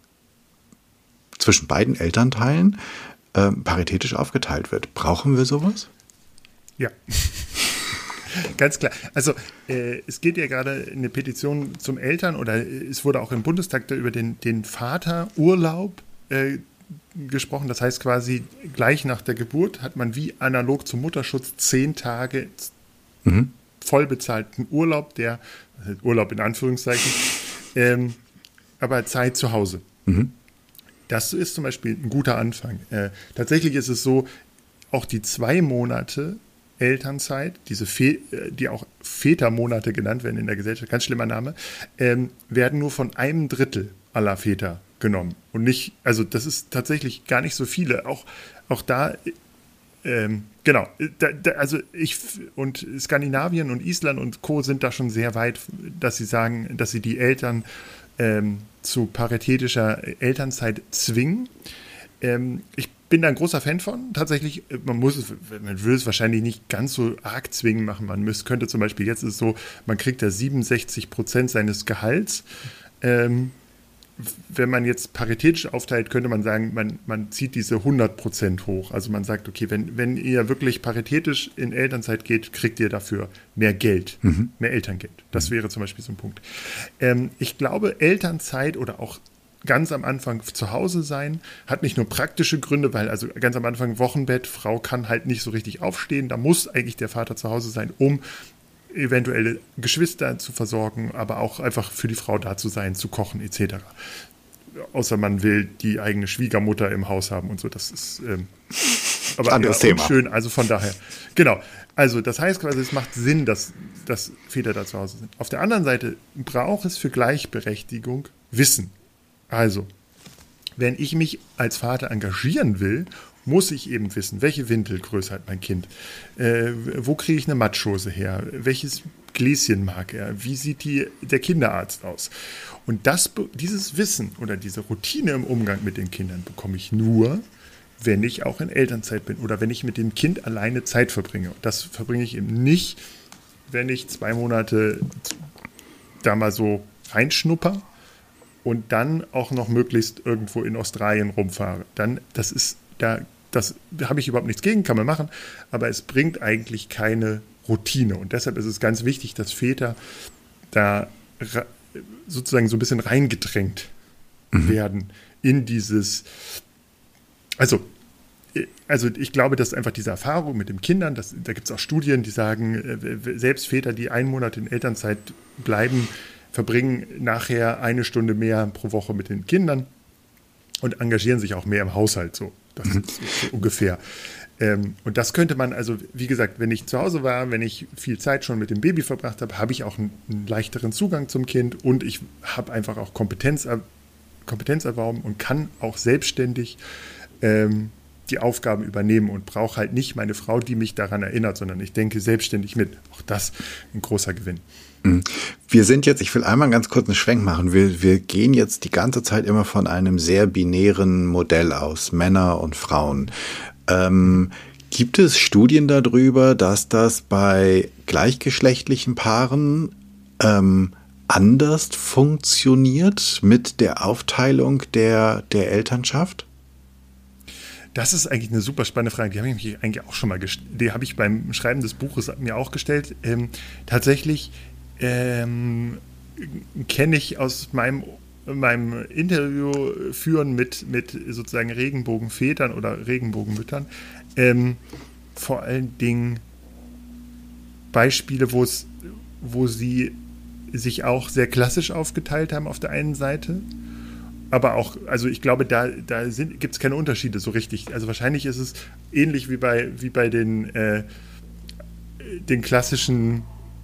beiden Elternteilen paritätisch aufgeteilt wird. Brauchen wir sowas? Ja. Ganz klar. Also es geht ja gerade eine Petition zum Eltern oder es wurde auch im Bundestag da über den Vaterurlaub gesprochen. Das heißt quasi gleich nach der Geburt hat man wie analog zum Mutterschutz 10 Tage vollbezahlten Urlaub, Urlaub in Anführungszeichen, aber Zeit zu Hause. Das ist zum Beispiel ein guter Anfang. Tatsächlich ist es so, auch die 2 Monate Elternzeit, die auch Vätermonate genannt werden in der Gesellschaft, ganz schlimmer Name, werden nur von 1/3 aller Väter genommen. Und nicht, also das ist tatsächlich gar nicht so viele. Auch da, genau, also und Skandinavien und Island und Co. sind da schon sehr weit, dass sie sagen, dass sie die Eltern zu paritätischer Elternzeit zwingen. Ich bin da ein großer Fan von. Tatsächlich, man will es wahrscheinlich nicht ganz so arg zwingen machen. Könnte zum Beispiel, jetzt ist es so, man kriegt da 67% seines Gehalts. Wenn man jetzt paritätisch aufteilt, könnte man sagen, man zieht diese 100% hoch. Also man sagt, okay, wenn ihr wirklich paritätisch in Elternzeit geht, kriegt ihr dafür mehr Geld, mehr Elterngeld. Das wäre zum Beispiel so ein Punkt. Ich glaube, Elternzeit oder auch ganz am Anfang zu Hause sein, hat nicht nur praktische Gründe, weil also ganz am Anfang Wochenbett, Frau kann halt nicht so richtig aufstehen, da muss eigentlich der Vater zu Hause sein, um eventuelle Geschwister zu versorgen, aber auch einfach für die Frau da zu sein, zu kochen etc. Außer man will die eigene Schwiegermutter im Haus haben und so, das ist aber anderes Thema. Schön, also von daher. Genau, also das heißt quasi, es macht Sinn, dass Väter da zu Hause sind. Auf der anderen Seite braucht es für Gleichberechtigung Wissen. Also, wenn ich mich als Vater engagieren will, muss ich eben wissen, welche Windelgröße hat mein Kind, wo kriege ich eine Matschhose her, welches Gläschen mag er, wie sieht der Kinderarzt aus. Und dieses Wissen oder diese Routine im Umgang mit den Kindern bekomme ich nur, wenn ich auch in Elternzeit bin oder wenn ich mit dem Kind alleine Zeit verbringe. Und das verbringe ich eben nicht, wenn ich 2 Monate da mal so reinschnupper und dann auch noch möglichst irgendwo in Australien rumfahre. Das habe ich überhaupt nichts gegen, kann man machen, aber es bringt eigentlich keine Routine. Und deshalb ist es ganz wichtig, dass Väter da sozusagen so ein bisschen reingedrängt werden in dieses. Also ich glaube, dass einfach diese Erfahrung mit den Kindern, da gibt es auch Studien, die sagen, selbst Väter, die 1 Monat in Elternzeit bleiben, verbringen nachher 1 Stunde mehr pro Woche mit den Kindern und engagieren sich auch mehr im Haushalt so. Das ist so ungefähr. Und das könnte man, also wie gesagt, wenn ich zu Hause war, wenn ich viel Zeit schon mit dem Baby verbracht habe, habe ich auch einen leichteren Zugang zum Kind und ich habe einfach auch Kompetenz erworben und kann auch selbstständig die Aufgaben übernehmen und brauche halt nicht meine Frau, die mich daran erinnert, sondern ich denke selbstständig mit. Auch das ein großer Gewinn. Wir sind jetzt, ich will einmal ganz kurz einen Schwenk machen. Wir gehen jetzt die ganze Zeit immer von einem sehr binären Modell aus, Männer und Frauen. Gibt es Studien darüber, dass das bei gleichgeschlechtlichen Paaren anders funktioniert mit der Aufteilung der Elternschaft? Das ist eigentlich eine super spannende Frage. Die habe ich mich eigentlich auch schon mal gestellt. Die habe ich beim Schreiben des Buches mir auch gestellt. Tatsächlich kenne ich aus meinem meinem Interview führen mit sozusagen Regenbogenvätern oder Regenbogenmüttern, vor allen Dingen Beispiele, wo sie sich auch sehr klassisch aufgeteilt haben auf der einen Seite, aber auch, also ich glaube, da gibt es keine Unterschiede so richtig. Also wahrscheinlich ist es ähnlich wie bei den klassischen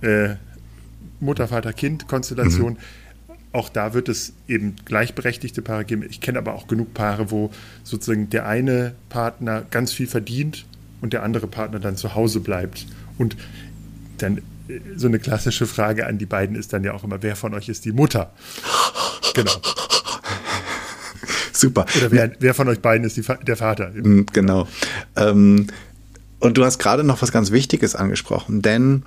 Mutter-Vater-Kind-Konstellationen. Auch da wird es eben gleichberechtigte Paare geben. Ich kenne aber auch genug Paare, wo sozusagen der eine Partner ganz viel verdient und der andere Partner dann zu Hause bleibt. Und dann so eine klassische Frage an die beiden ist dann ja auch immer, wer von euch ist die Mutter? Genau. Super. Oder wer von euch beiden ist der Vater? Genau. Und du hast gerade noch was ganz Wichtiges angesprochen, denn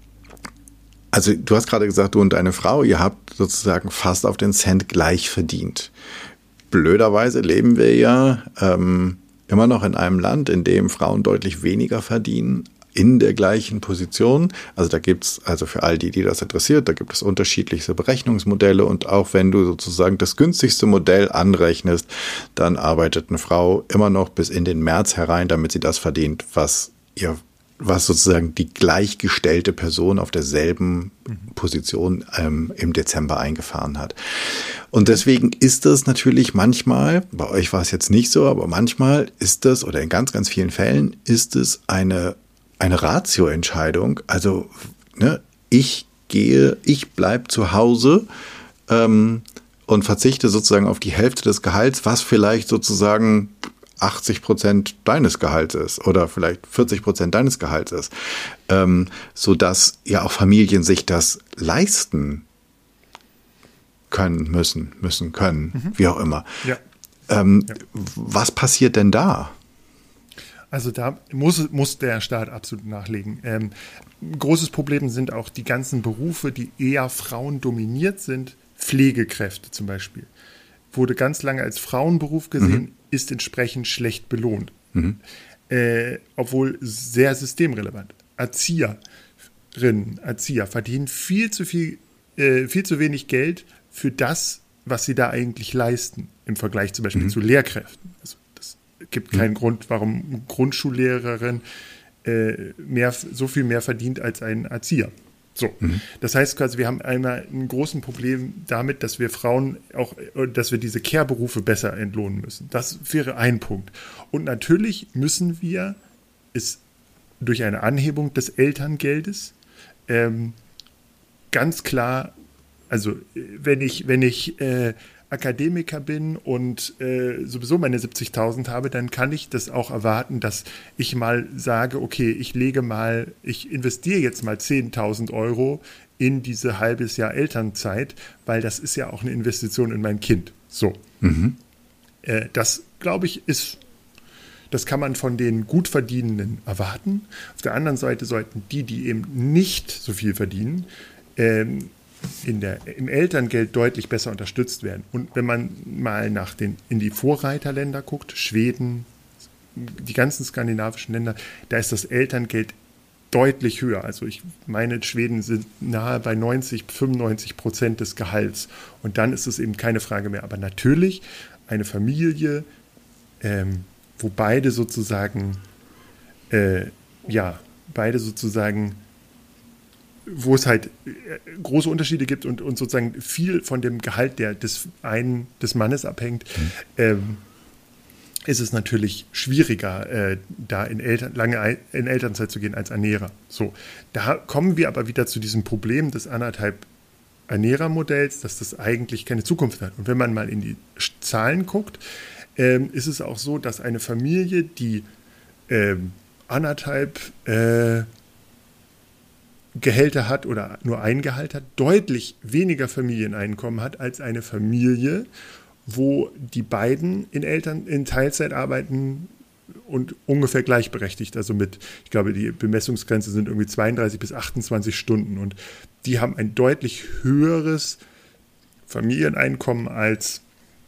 also du hast gerade gesagt, du und deine Frau, ihr habt sozusagen fast auf den Cent gleich verdient. Blöderweise leben wir ja immer noch in einem Land, in dem Frauen deutlich weniger verdienen, in der gleichen Position. Also da gibt's, also für all die das interessiert, da gibt es unterschiedlichste Berechnungsmodelle und auch wenn du sozusagen das günstigste Modell anrechnest, dann arbeitet eine Frau immer noch bis in den März herein, damit sie das verdient, was sozusagen die gleichgestellte Person auf derselben Position im Dezember eingefahren hat. Und deswegen ist das natürlich manchmal, bei euch war es jetzt nicht so, aber manchmal ist das, oder in ganz, ganz vielen Fällen, ist es eine Ratio-Entscheidung. Also ich bleib zu Hause und verzichte sozusagen auf die Hälfte des Gehalts, was vielleicht sozusagen 80% deines Gehalts ist oder vielleicht 40% deines Gehalts ist, sodass ja auch Familien sich das leisten können, müssen, wie auch immer. Ja. Was passiert denn da? Also da muss der Staat absolut nachlegen. Ein großes Problem sind auch die ganzen Berufe, die eher frauendominiert sind. Pflegekräfte zum Beispiel. Wurde ganz lange als Frauenberuf gesehen, ist entsprechend schlecht belohnt. Obwohl sehr systemrelevant. Erzieher verdienen viel zu wenig Geld für das, was sie da eigentlich leisten, im Vergleich zum Beispiel zu Lehrkräften. Also das gibt keinen Grund, warum eine Grundschullehrerin so viel mehr verdient als ein Erzieher. So, das heißt quasi, wir haben einmal ein großes Problem damit, dass wir Frauen dass wir diese Care-Berufe besser entlohnen müssen. Das wäre ein Punkt. Und natürlich müssen wir es durch eine Anhebung des Elterngeldes ganz klar, also wenn ich Akademiker bin und sowieso meine 70.000 habe, dann kann ich das auch erwarten, dass ich mal sage, okay, ich investiere jetzt mal 10.000 Euro in diese halbes Jahr Elternzeit, weil das ist ja auch eine Investition in mein Kind. So. Das, glaube ich, das kann man von den Gutverdienenden erwarten. Auf der anderen Seite sollten die eben nicht so viel verdienen, im Elterngeld deutlich besser unterstützt werden. Und wenn man mal in die Vorreiterländer guckt, Schweden, die ganzen skandinavischen Länder, da ist das Elterngeld deutlich höher. Also ich meine, Schweden sind nahe bei 95% des Gehalts. Und dann ist es eben keine Frage mehr. Aber natürlich eine Familie, wo beide sozusagen wo es halt große Unterschiede gibt und sozusagen viel von dem Gehalt des Mannes abhängt, ist es natürlich schwieriger, da lange in Elternzeit zu gehen als Ernährer. So, da kommen wir aber wieder zu diesem Problem des 1,5 Ernährermodells, dass das eigentlich keine Zukunft hat. Und wenn man mal in die Zahlen guckt, ist es auch so, dass eine Familie, die 1,5 Gehälter hat oder nur ein Gehalt hat, deutlich weniger Familieneinkommen hat als eine Familie, wo die beiden in Teilzeit arbeiten und ungefähr gleichberechtigt, also ich glaube, die Bemessungsgrenze sind irgendwie 32 bis 28 Stunden und die haben ein deutlich höheres Familieneinkommen als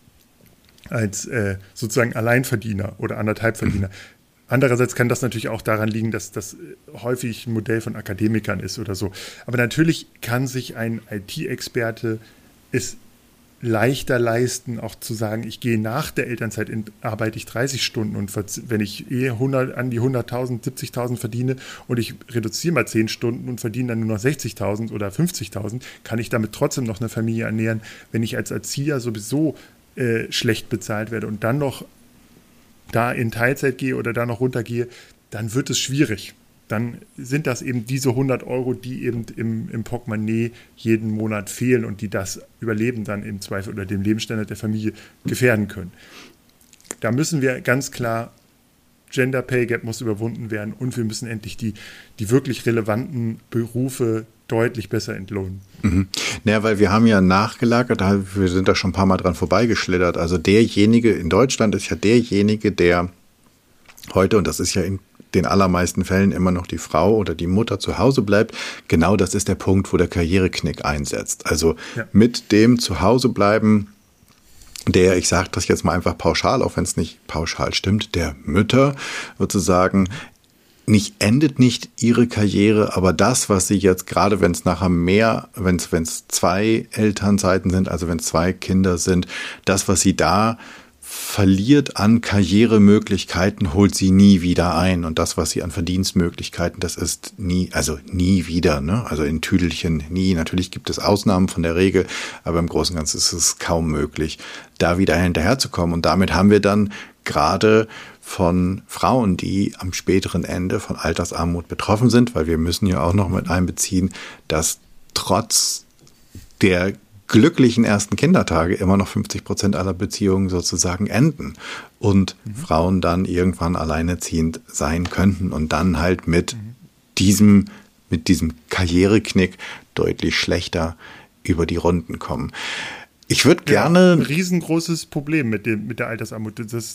sozusagen Alleinverdiener oder Anderthalbverdiener. Andererseits kann das natürlich auch daran liegen, dass das häufig ein Modell von Akademikern ist oder so. Aber natürlich kann sich ein IT-Experte es leichter leisten, auch zu sagen, ich gehe nach der Elternzeit, arbeite ich 30 Stunden und wenn ich an die 100.000, 70.000 verdiene und ich reduziere mal 10 Stunden und verdiene dann nur noch 60.000 oder 50.000, kann ich damit trotzdem noch eine Familie ernähren. Wenn ich als Erzieher sowieso schlecht bezahlt werde und dann noch da in Teilzeit gehe oder da noch runtergehe, dann wird es schwierig. Dann sind das eben diese 100 Euro, die eben im Portemonnaie jeden Monat fehlen und die das Überleben dann im Zweifel oder den Lebensstandard der Familie gefährden können. Da müssen wir ganz klar, Gender Pay Gap muss überwunden werden und wir müssen endlich die wirklich relevanten Berufe deutlich besser entlohnen. Mhm. Naja, weil wir haben ja nachgelagert, wir sind da schon ein paar Mal dran vorbeigeschlittert. Also derjenige in Deutschland ist ja derjenige, der heute, und das ist ja in den allermeisten Fällen immer noch die Frau oder die Mutter zu Hause bleibt. Genau das ist der Punkt, wo der Karriereknick einsetzt. Also mit dem Zuhausebleiben der, ich sage das jetzt mal einfach pauschal, auch wenn es nicht pauschal stimmt, der Mütter sozusagen, endet nicht ihre Karriere, aber das, was sie jetzt, gerade wenn es nachher wenn es 2 Elternseiten sind, also wenn es 2 Kinder sind, das, was sie da verliert an Karrieremöglichkeiten, holt sie nie wieder ein. Und das, was sie an Verdienstmöglichkeiten, das ist nie wieder, ne? Also in Tüdelchen nie. Natürlich gibt es Ausnahmen von der Regel, aber im Großen und Ganzen ist es kaum möglich, da wieder hinterherzukommen. Und damit haben wir dann gerade von Frauen, die am späteren Ende von Altersarmut betroffen sind, weil wir müssen ja auch noch mit einbeziehen, dass trotz der glücklichen ersten Kindertage immer noch 50% aller Beziehungen sozusagen enden und Frauen dann irgendwann alleinerziehend sein könnten und dann halt mit diesem Karriereknick deutlich schlechter über die Runden kommen. Ich würde gerne... Ein riesengroßes Problem mit der Altersarmut.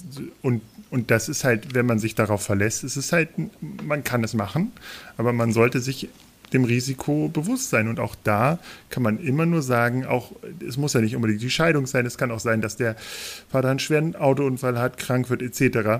Und das ist halt, wenn man sich darauf verlässt, es ist halt, man kann es machen, aber man sollte sich dem Risiko bewusst sein. Und auch da kann man immer nur sagen, es muss ja nicht unbedingt die Scheidung sein, es kann auch sein, dass der Vater einen schweren Autounfall hat, krank wird etc.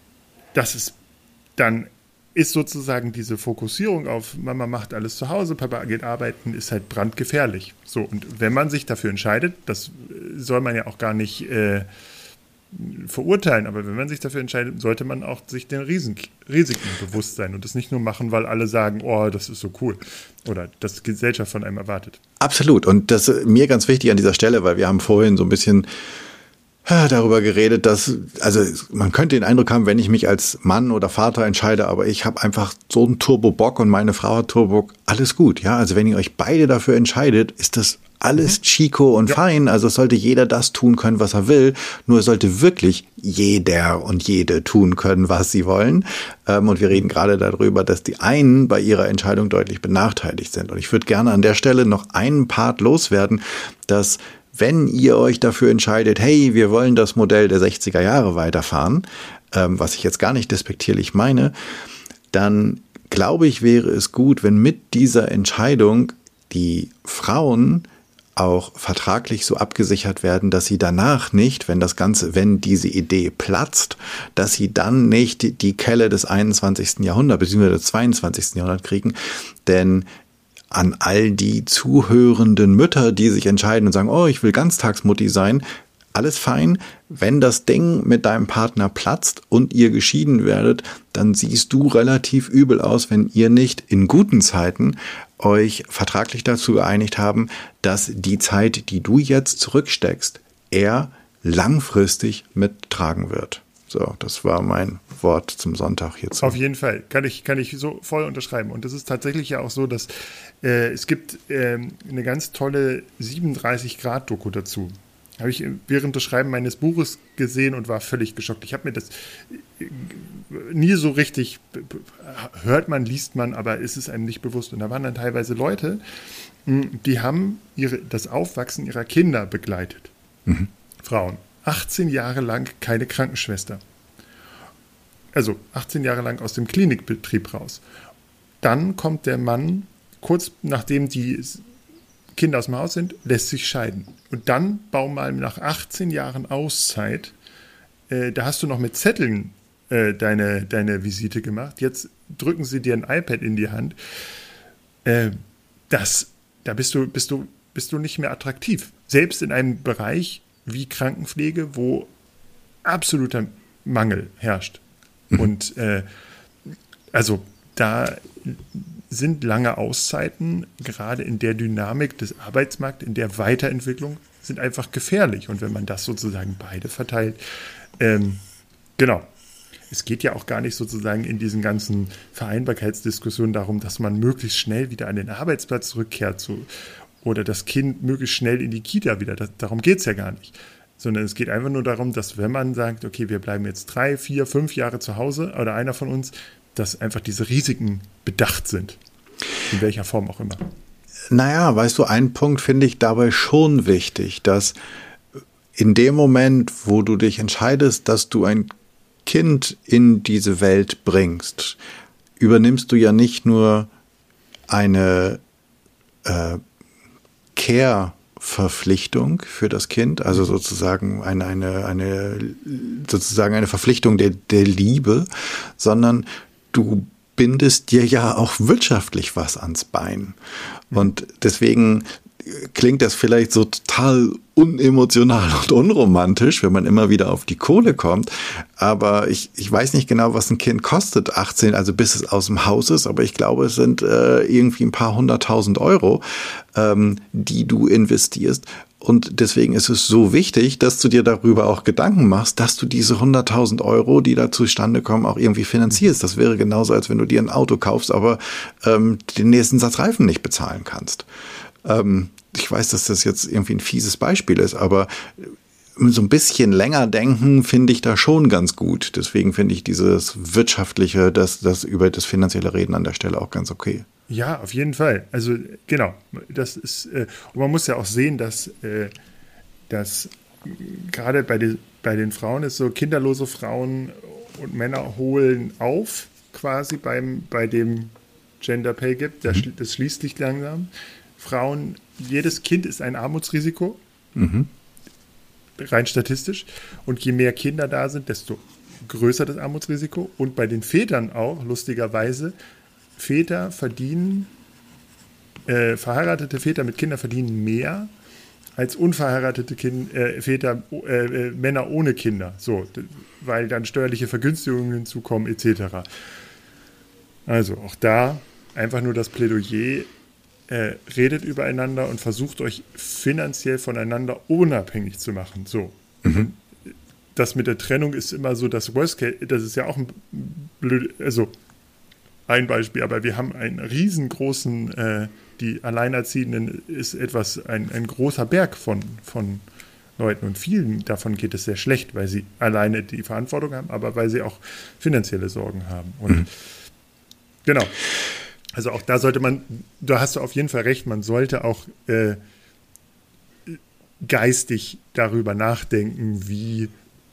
Dann ist sozusagen diese Fokussierung auf Mama macht alles zu Hause, Papa geht arbeiten, ist halt brandgefährlich. So, und wenn man sich dafür entscheidet, das soll man ja auch gar nicht verurteilen, aber wenn man sich dafür entscheidet, sollte man auch sich den Risiken bewusst sein und das nicht nur machen, weil alle sagen, oh, das ist so cool oder das die Gesellschaft von einem erwartet. Absolut, und das ist mir ganz wichtig an dieser Stelle, weil wir haben vorhin so ein bisschen darüber geredet, also man könnte den Eindruck haben, wenn ich mich als Mann oder Vater entscheide, aber ich habe einfach so einen Turbo-Bock und meine Frau hat Turbo-Bock, alles gut, ja, also wenn ihr euch beide dafür entscheidet, ist das alles Chico und fein, also es sollte jeder das tun können, was er will, nur es sollte wirklich jeder und jede tun können, was sie wollen, und wir reden gerade darüber, dass die einen bei ihrer Entscheidung deutlich benachteiligt sind und ich würde gerne an der Stelle noch einen Part loswerden, dass wenn ihr euch dafür entscheidet, hey, wir wollen das Modell der 60er Jahre weiterfahren, was ich jetzt gar nicht despektierlich meine, dann glaube ich, wäre es gut, wenn mit dieser Entscheidung die Frauen auch vertraglich so abgesichert werden, dass sie danach nicht, wenn diese Idee platzt, dass sie dann nicht die Kelle des 21. Jahrhunderts bzw. des 22. Jahrhunderts kriegen, denn an all die zuhörenden Mütter, die sich entscheiden und sagen, oh, ich will Ganztagsmutti sein, alles fein. Wenn das Ding mit deinem Partner platzt und ihr geschieden werdet, dann siehst du relativ übel aus, wenn ihr nicht in guten Zeiten euch vertraglich dazu geeinigt haben, dass die Zeit, die du jetzt zurücksteckst, er langfristig mittragen wird. So, das war mein Wort zum Sonntag hierzu. Auf jeden Fall, kann ich so voll unterschreiben. Und es ist tatsächlich ja auch so, dass es gibt eine ganz tolle 37-Grad-Doku dazu. Habe ich während des Schreiben meines Buches gesehen und war völlig geschockt. Ich habe mir das nie so richtig, hört man, liest man, aber ist es einem nicht bewusst. Und da waren dann teilweise Leute, die haben das Aufwachsen ihrer Kinder begleitet. Frauen. 18 Jahre lang keine Krankenschwester. Also 18 Jahre lang aus dem Klinikbetrieb raus. Dann kommt der Mann, kurz nachdem die Kinder aus dem Haus sind, lässt sich scheiden. Und dann bau mal nach 18 Jahren Auszeit, da hast du noch mit Zetteln deine Visite gemacht. Jetzt drücken sie dir ein iPad in die Hand. Da bist du bist du nicht mehr attraktiv. Selbst in einem Bereich wie Krankenpflege, wo absoluter Mangel herrscht. Und also da sind lange Auszeiten, gerade in der Dynamik des Arbeitsmarkts, in der Weiterentwicklung, sind einfach gefährlich. Und wenn man das sozusagen beide verteilt, genau. Es geht ja auch gar nicht sozusagen in diesen ganzen Vereinbarkeitsdiskussionen darum, dass man möglichst schnell wieder an den Arbeitsplatz zurückkehrt oder das Kind möglichst schnell in die Kita wieder. Darum geht es ja gar nicht. Sondern es geht einfach nur darum, dass wenn man sagt, okay, wir bleiben jetzt 3, 4, 5 Jahre zu Hause oder einer von uns, dass einfach diese Risiken bedacht sind. In welcher Form auch immer. Naja, weißt du, ein Punkt finde ich dabei schon wichtig, dass in dem Moment, wo du dich entscheidest, dass du ein Kind in diese Welt bringst, übernimmst du ja nicht nur eine Care-Verpflichtung für das Kind, also sozusagen eine Verpflichtung der Liebe, sondern du bindest dir ja auch wirtschaftlich was ans Bein. Und deswegen klingt das vielleicht so total unemotional und unromantisch, wenn man immer wieder auf die Kohle kommt. Aber ich weiß nicht genau, was ein Kind kostet, 18, also bis es aus dem Haus ist. Aber ich glaube, es sind irgendwie ein paar 100.000 Euro, die du investierst. Und deswegen ist es so wichtig, dass du dir darüber auch Gedanken machst, dass du diese 100.000 Euro, die da zustande kommen, auch irgendwie finanzierst. Das wäre genauso, als wenn du dir ein Auto kaufst, aber den nächsten Satz Reifen nicht bezahlen kannst. Ich weiß, dass das jetzt irgendwie ein fieses Beispiel ist, aber so ein bisschen länger denken finde ich da schon ganz gut. Deswegen finde ich dieses wirtschaftliche, das über das finanzielle Reden an der Stelle auch ganz okay. Ja, auf jeden Fall. Also genau, das ist, und man muss ja auch sehen, dass gerade bei den Frauen ist so, kinderlose Frauen und Männer holen auf, quasi bei dem Gender Pay Gap, das schließt sich langsam. Frauen, jedes Kind ist ein Armutsrisiko, rein statistisch. Und je mehr Kinder da sind, desto größer das Armutsrisiko. Und bei den Vätern auch, lustigerweise, Väter verdienen, verheiratete Väter mit Kindern verdienen mehr als unverheiratete Väter, Männer ohne Kinder. So, weil dann steuerliche Vergünstigungen hinzukommen, etc. Also auch da einfach nur das Plädoyer, redet übereinander und versucht euch finanziell voneinander unabhängig zu machen. So. Das mit der Trennung ist immer so das Worst Case, das ist ja auch ein Beispiel, aber wir haben einen riesengroßen, die Alleinerziehenden ist ein großer Berg von Leuten und vielen davon geht es sehr schlecht, weil sie alleine die Verantwortung haben, aber weil sie auch finanzielle Sorgen haben. Und genau. Also auch da sollte man, da hast du auf jeden Fall recht, man sollte auch geistig darüber nachdenken, wie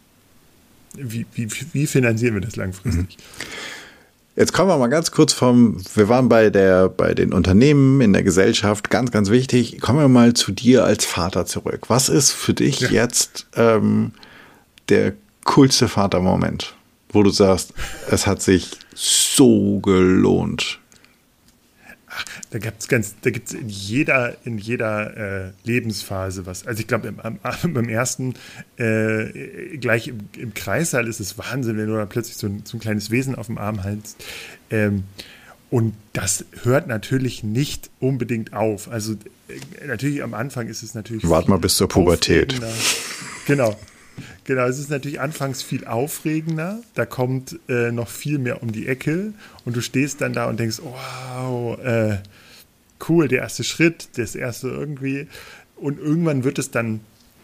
finanzieren wir das langfristig. Jetzt kommen wir mal ganz kurz wir waren bei den Unternehmen, in der Gesellschaft, ganz, ganz wichtig, kommen wir mal zu dir als Vater zurück. Was ist für dich jetzt der coolste Vatermoment, wo du sagst, es hat sich so gelohnt? Da gibt's in jeder Lebensphase was. Also ich glaube, beim ersten, gleich im Kreissaal ist es Wahnsinn, wenn du da plötzlich so ein kleines Wesen auf dem Arm hältst. Und das hört natürlich nicht unbedingt auf. Also natürlich am Anfang ist es natürlich... Wart mal bis zur Pubertät. Genau, es ist natürlich anfangs viel aufregender, da kommt noch viel mehr um die Ecke und du stehst dann da und denkst, wow, cool, der erste Schritt, das erste irgendwie und irgendwann wird es dann,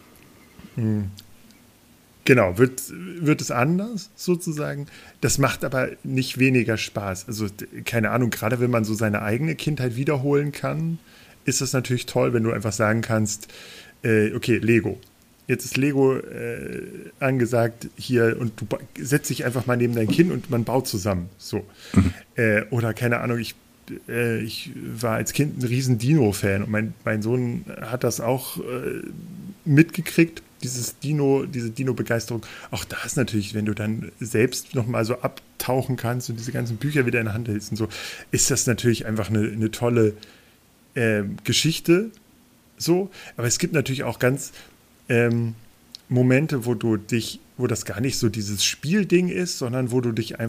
wird es anders sozusagen. Das macht aber nicht weniger Spaß. Also keine Ahnung, gerade wenn man so seine eigene Kindheit wiederholen kann, ist das natürlich toll, wenn du einfach sagen kannst, okay, Lego. Jetzt ist Lego angesagt hier und du setzt dich einfach mal neben dein Kind und man baut zusammen. So. Oder keine Ahnung, ich war als Kind ein riesen Dino-Fan und mein Sohn hat das auch mitgekriegt, diese Dino-Begeisterung. Auch da ist natürlich, wenn du dann selbst nochmal so abtauchen kannst und diese ganzen Bücher wieder in der Hand hältst und so, ist das natürlich einfach eine tolle Geschichte. so, aber es gibt natürlich auch ganz Momente, wo das gar nicht so dieses Spielding ist, sondern wo du dich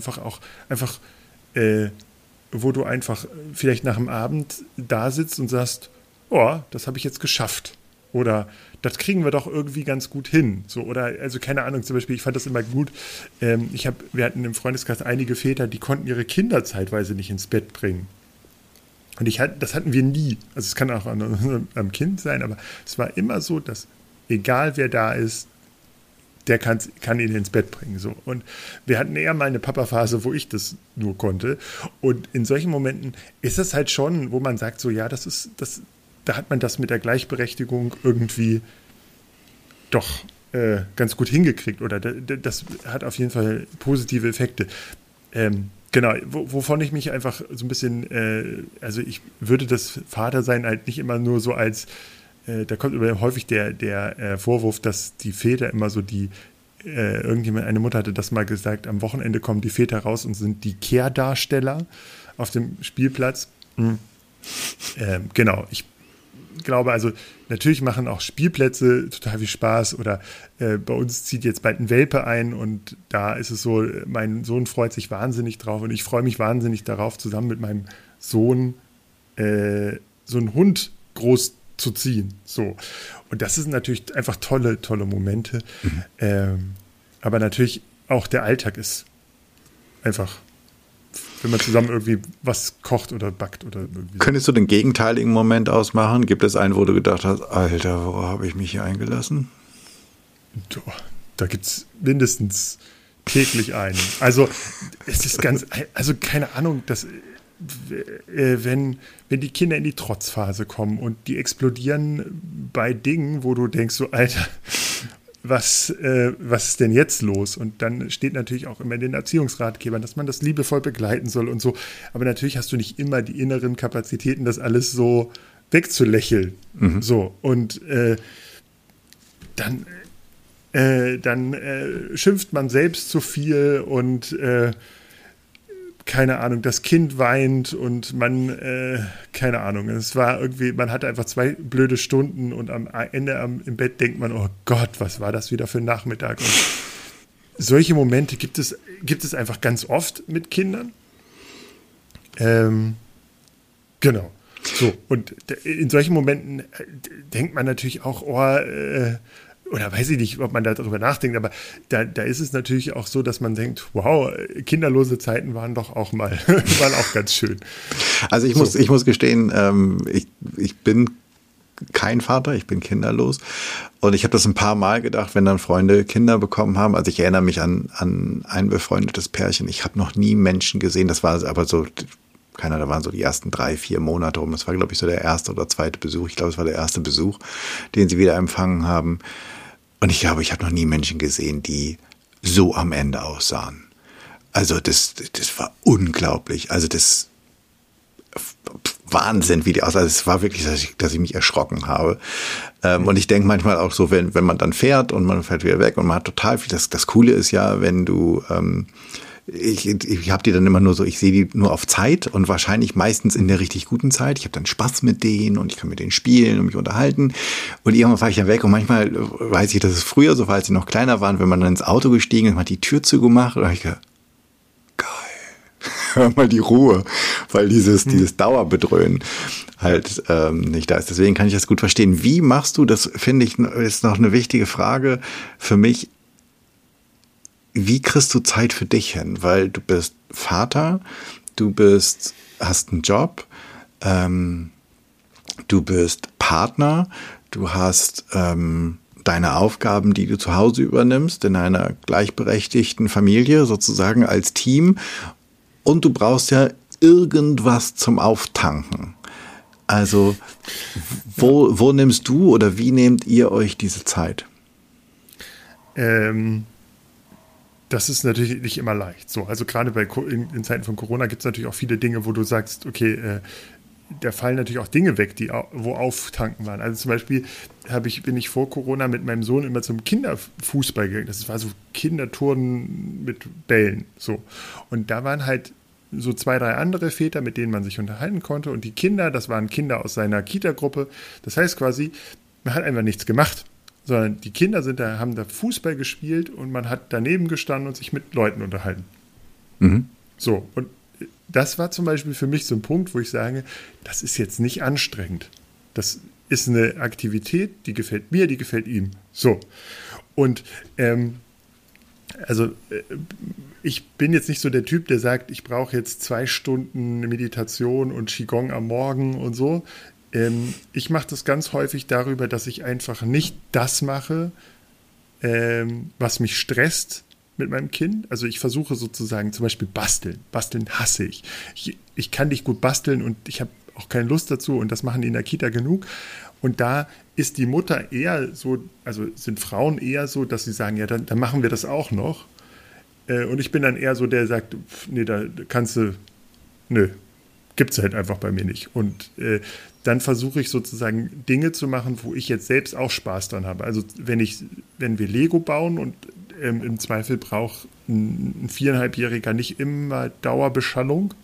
wo du einfach vielleicht nach dem Abend da sitzt und sagst, oh, das habe ich jetzt geschafft. Oder das kriegen wir doch irgendwie ganz gut hin. So, oder, also keine Ahnung, zum Beispiel, ich fand das immer gut. Wir hatten im Freundeskreis einige Väter, die konnten ihre Kinder zeitweise nicht ins Bett bringen. Und das hatten wir nie. Also es kann auch am Kind sein, aber es war immer so, dass egal wer da ist, der kann ihn ins Bett bringen. So. Und wir hatten eher mal eine Papa-Phase, wo ich das nur konnte. Und in solchen Momenten ist es halt schon, wo man sagt, so ja, da hat man das mit der Gleichberechtigung irgendwie doch ganz gut hingekriegt. Oder das hat auf jeden Fall positive Effekte. Genau, wovon ich mich einfach so ein bisschen, also ich würde das Vatersein halt nicht immer nur so als da kommt über häufig der Vorwurf, dass die Väter immer so eine Mutter hatte das mal gesagt, am Wochenende kommen die Väter raus und sind die Kehrdarsteller auf dem Spielplatz. Genau, ich glaube, also natürlich machen auch Spielplätze total viel Spaß oder bei uns zieht jetzt bald ein Welpe ein und da ist es so, mein Sohn freut sich wahnsinnig drauf und ich freue mich wahnsinnig darauf, zusammen mit meinem Sohn so einen Hund groß zu ziehen. So. Und das sind natürlich einfach tolle Momente. Aber natürlich auch der Alltag ist einfach, wenn man zusammen irgendwie was kocht oder backt oder irgendwie. Könntest du den gegenteiligen Moment ausmachen? Gibt es einen, wo du gedacht hast, Alter, wo habe ich mich hier eingelassen? Da gibt es mindestens täglich einen. Also es ist also keine Ahnung, wenn die Kinder in die Trotzphase kommen und die explodieren bei Dingen, wo du denkst so, Alter, was ist denn jetzt los? Und dann steht natürlich auch immer in den Erziehungsratgebern, dass man das liebevoll begleiten soll und so. Aber natürlich hast du nicht immer die inneren Kapazitäten, das alles so wegzulächeln. So, und dann schimpft man selbst zu viel und keine Ahnung, das Kind weint und man, keine Ahnung, es war irgendwie, man hatte einfach 2 blöde Stunden und am Ende im Bett denkt man, oh Gott, was war das wieder für ein Nachmittag? Und solche Momente gibt es einfach ganz oft mit Kindern. Genau. So, und in solchen Momenten denkt man natürlich auch, oder weiß ich nicht, ob man darüber nachdenkt, aber da ist es natürlich auch so, dass man denkt, wow, kinderlose Zeiten waren doch auch mal, waren auch ganz schön. Also ich muss gestehen, ich bin kein Vater, ich bin kinderlos und ich habe das ein paar Mal gedacht, wenn dann Freunde Kinder bekommen haben, also ich erinnere mich an ein befreundetes Pärchen, ich habe noch nie Menschen gesehen, das war aber so, da waren so die ersten 3-4 Monate rum, das war glaube ich so der erste oder zweite Besuch, ich glaube es war der erste Besuch, den sie wieder empfangen haben. Und ich glaube, ich habe noch nie Menschen gesehen, die so am Ende aussahen. Also das war unglaublich. Also das Wahnsinn, wie die aussahen. Also es war wirklich, dass ich mich erschrocken habe. Und ich denke manchmal auch so, wenn man dann fährt und man fährt wieder weg und man hat total viel. Das Coole ist ja, wenn du ich habe die dann immer nur so, ich sehe die nur auf Zeit und wahrscheinlich meistens in der richtig guten Zeit. Ich habe dann Spaß mit denen und ich kann mit denen spielen und mich unterhalten. Und irgendwann fahre ich dann weg und manchmal weiß ich, dass es früher so war, als sie noch kleiner waren, wenn man dann ins Auto gestiegen ist, man hat die Tür zugemacht und habe ich gedacht, geil, hör mal die Ruhe, weil dieses Dauerbedröhnen halt nicht da ist. Deswegen kann ich das gut verstehen. Wie machst du, das finde ich, ist noch eine wichtige Frage für mich, wie kriegst du Zeit für dich hin? Weil du bist Vater, hast einen Job, du bist Partner, du hast deine Aufgaben, die du zu Hause übernimmst, in einer gleichberechtigten Familie sozusagen als Team und du brauchst ja irgendwas zum Auftanken. Also wo nimmst du oder wie nehmt ihr euch diese Zeit? Das ist natürlich nicht immer leicht. So, also gerade in Zeiten von Corona gibt es natürlich auch viele Dinge, wo du sagst, okay, da fallen natürlich auch Dinge weg, wo Auftanken waren. Also zum Beispiel bin ich vor Corona mit meinem Sohn immer zum Kinderfußball gegangen. Das war so Kinderturnen mit Bällen. So. Und da waren halt so 2, 3 andere Väter, mit denen man sich unterhalten konnte. Und die Kinder, das waren Kinder aus seiner Kita-Gruppe. Das heißt quasi, man hat einfach nichts gemacht, sondern die Kinder haben da Fußball gespielt und man hat daneben gestanden und sich mit Leuten unterhalten. Mhm. So, und das war zum Beispiel für mich so ein Punkt, wo ich sage, das ist jetzt nicht anstrengend. Das ist eine Aktivität, die gefällt mir, die gefällt ihm. So, und ich bin jetzt nicht so der Typ, der sagt, ich brauche jetzt 2 Stunden Meditation und Qigong am Morgen und so. Ich mache das ganz häufig darüber, dass ich einfach nicht das mache, was mich stresst mit meinem Kind. Also ich versuche sozusagen zum Beispiel basteln. Basteln hasse ich. Ich kann nicht gut basteln und ich habe auch keine Lust dazu und das machen die in der Kita genug. Und da ist die Mutter eher so, also sind Frauen eher so, dass sie sagen, ja, dann machen wir das auch noch. Und ich bin dann eher so, der sagt, nee, da kannst du, nö, gibt's halt einfach bei mir nicht. Und dann versuche ich sozusagen Dinge zu machen, wo ich jetzt selbst auch Spaß dran habe. Also wenn wir Lego bauen und im Zweifel braucht ein 4,5-Jähriger nicht immer Dauerbeschallung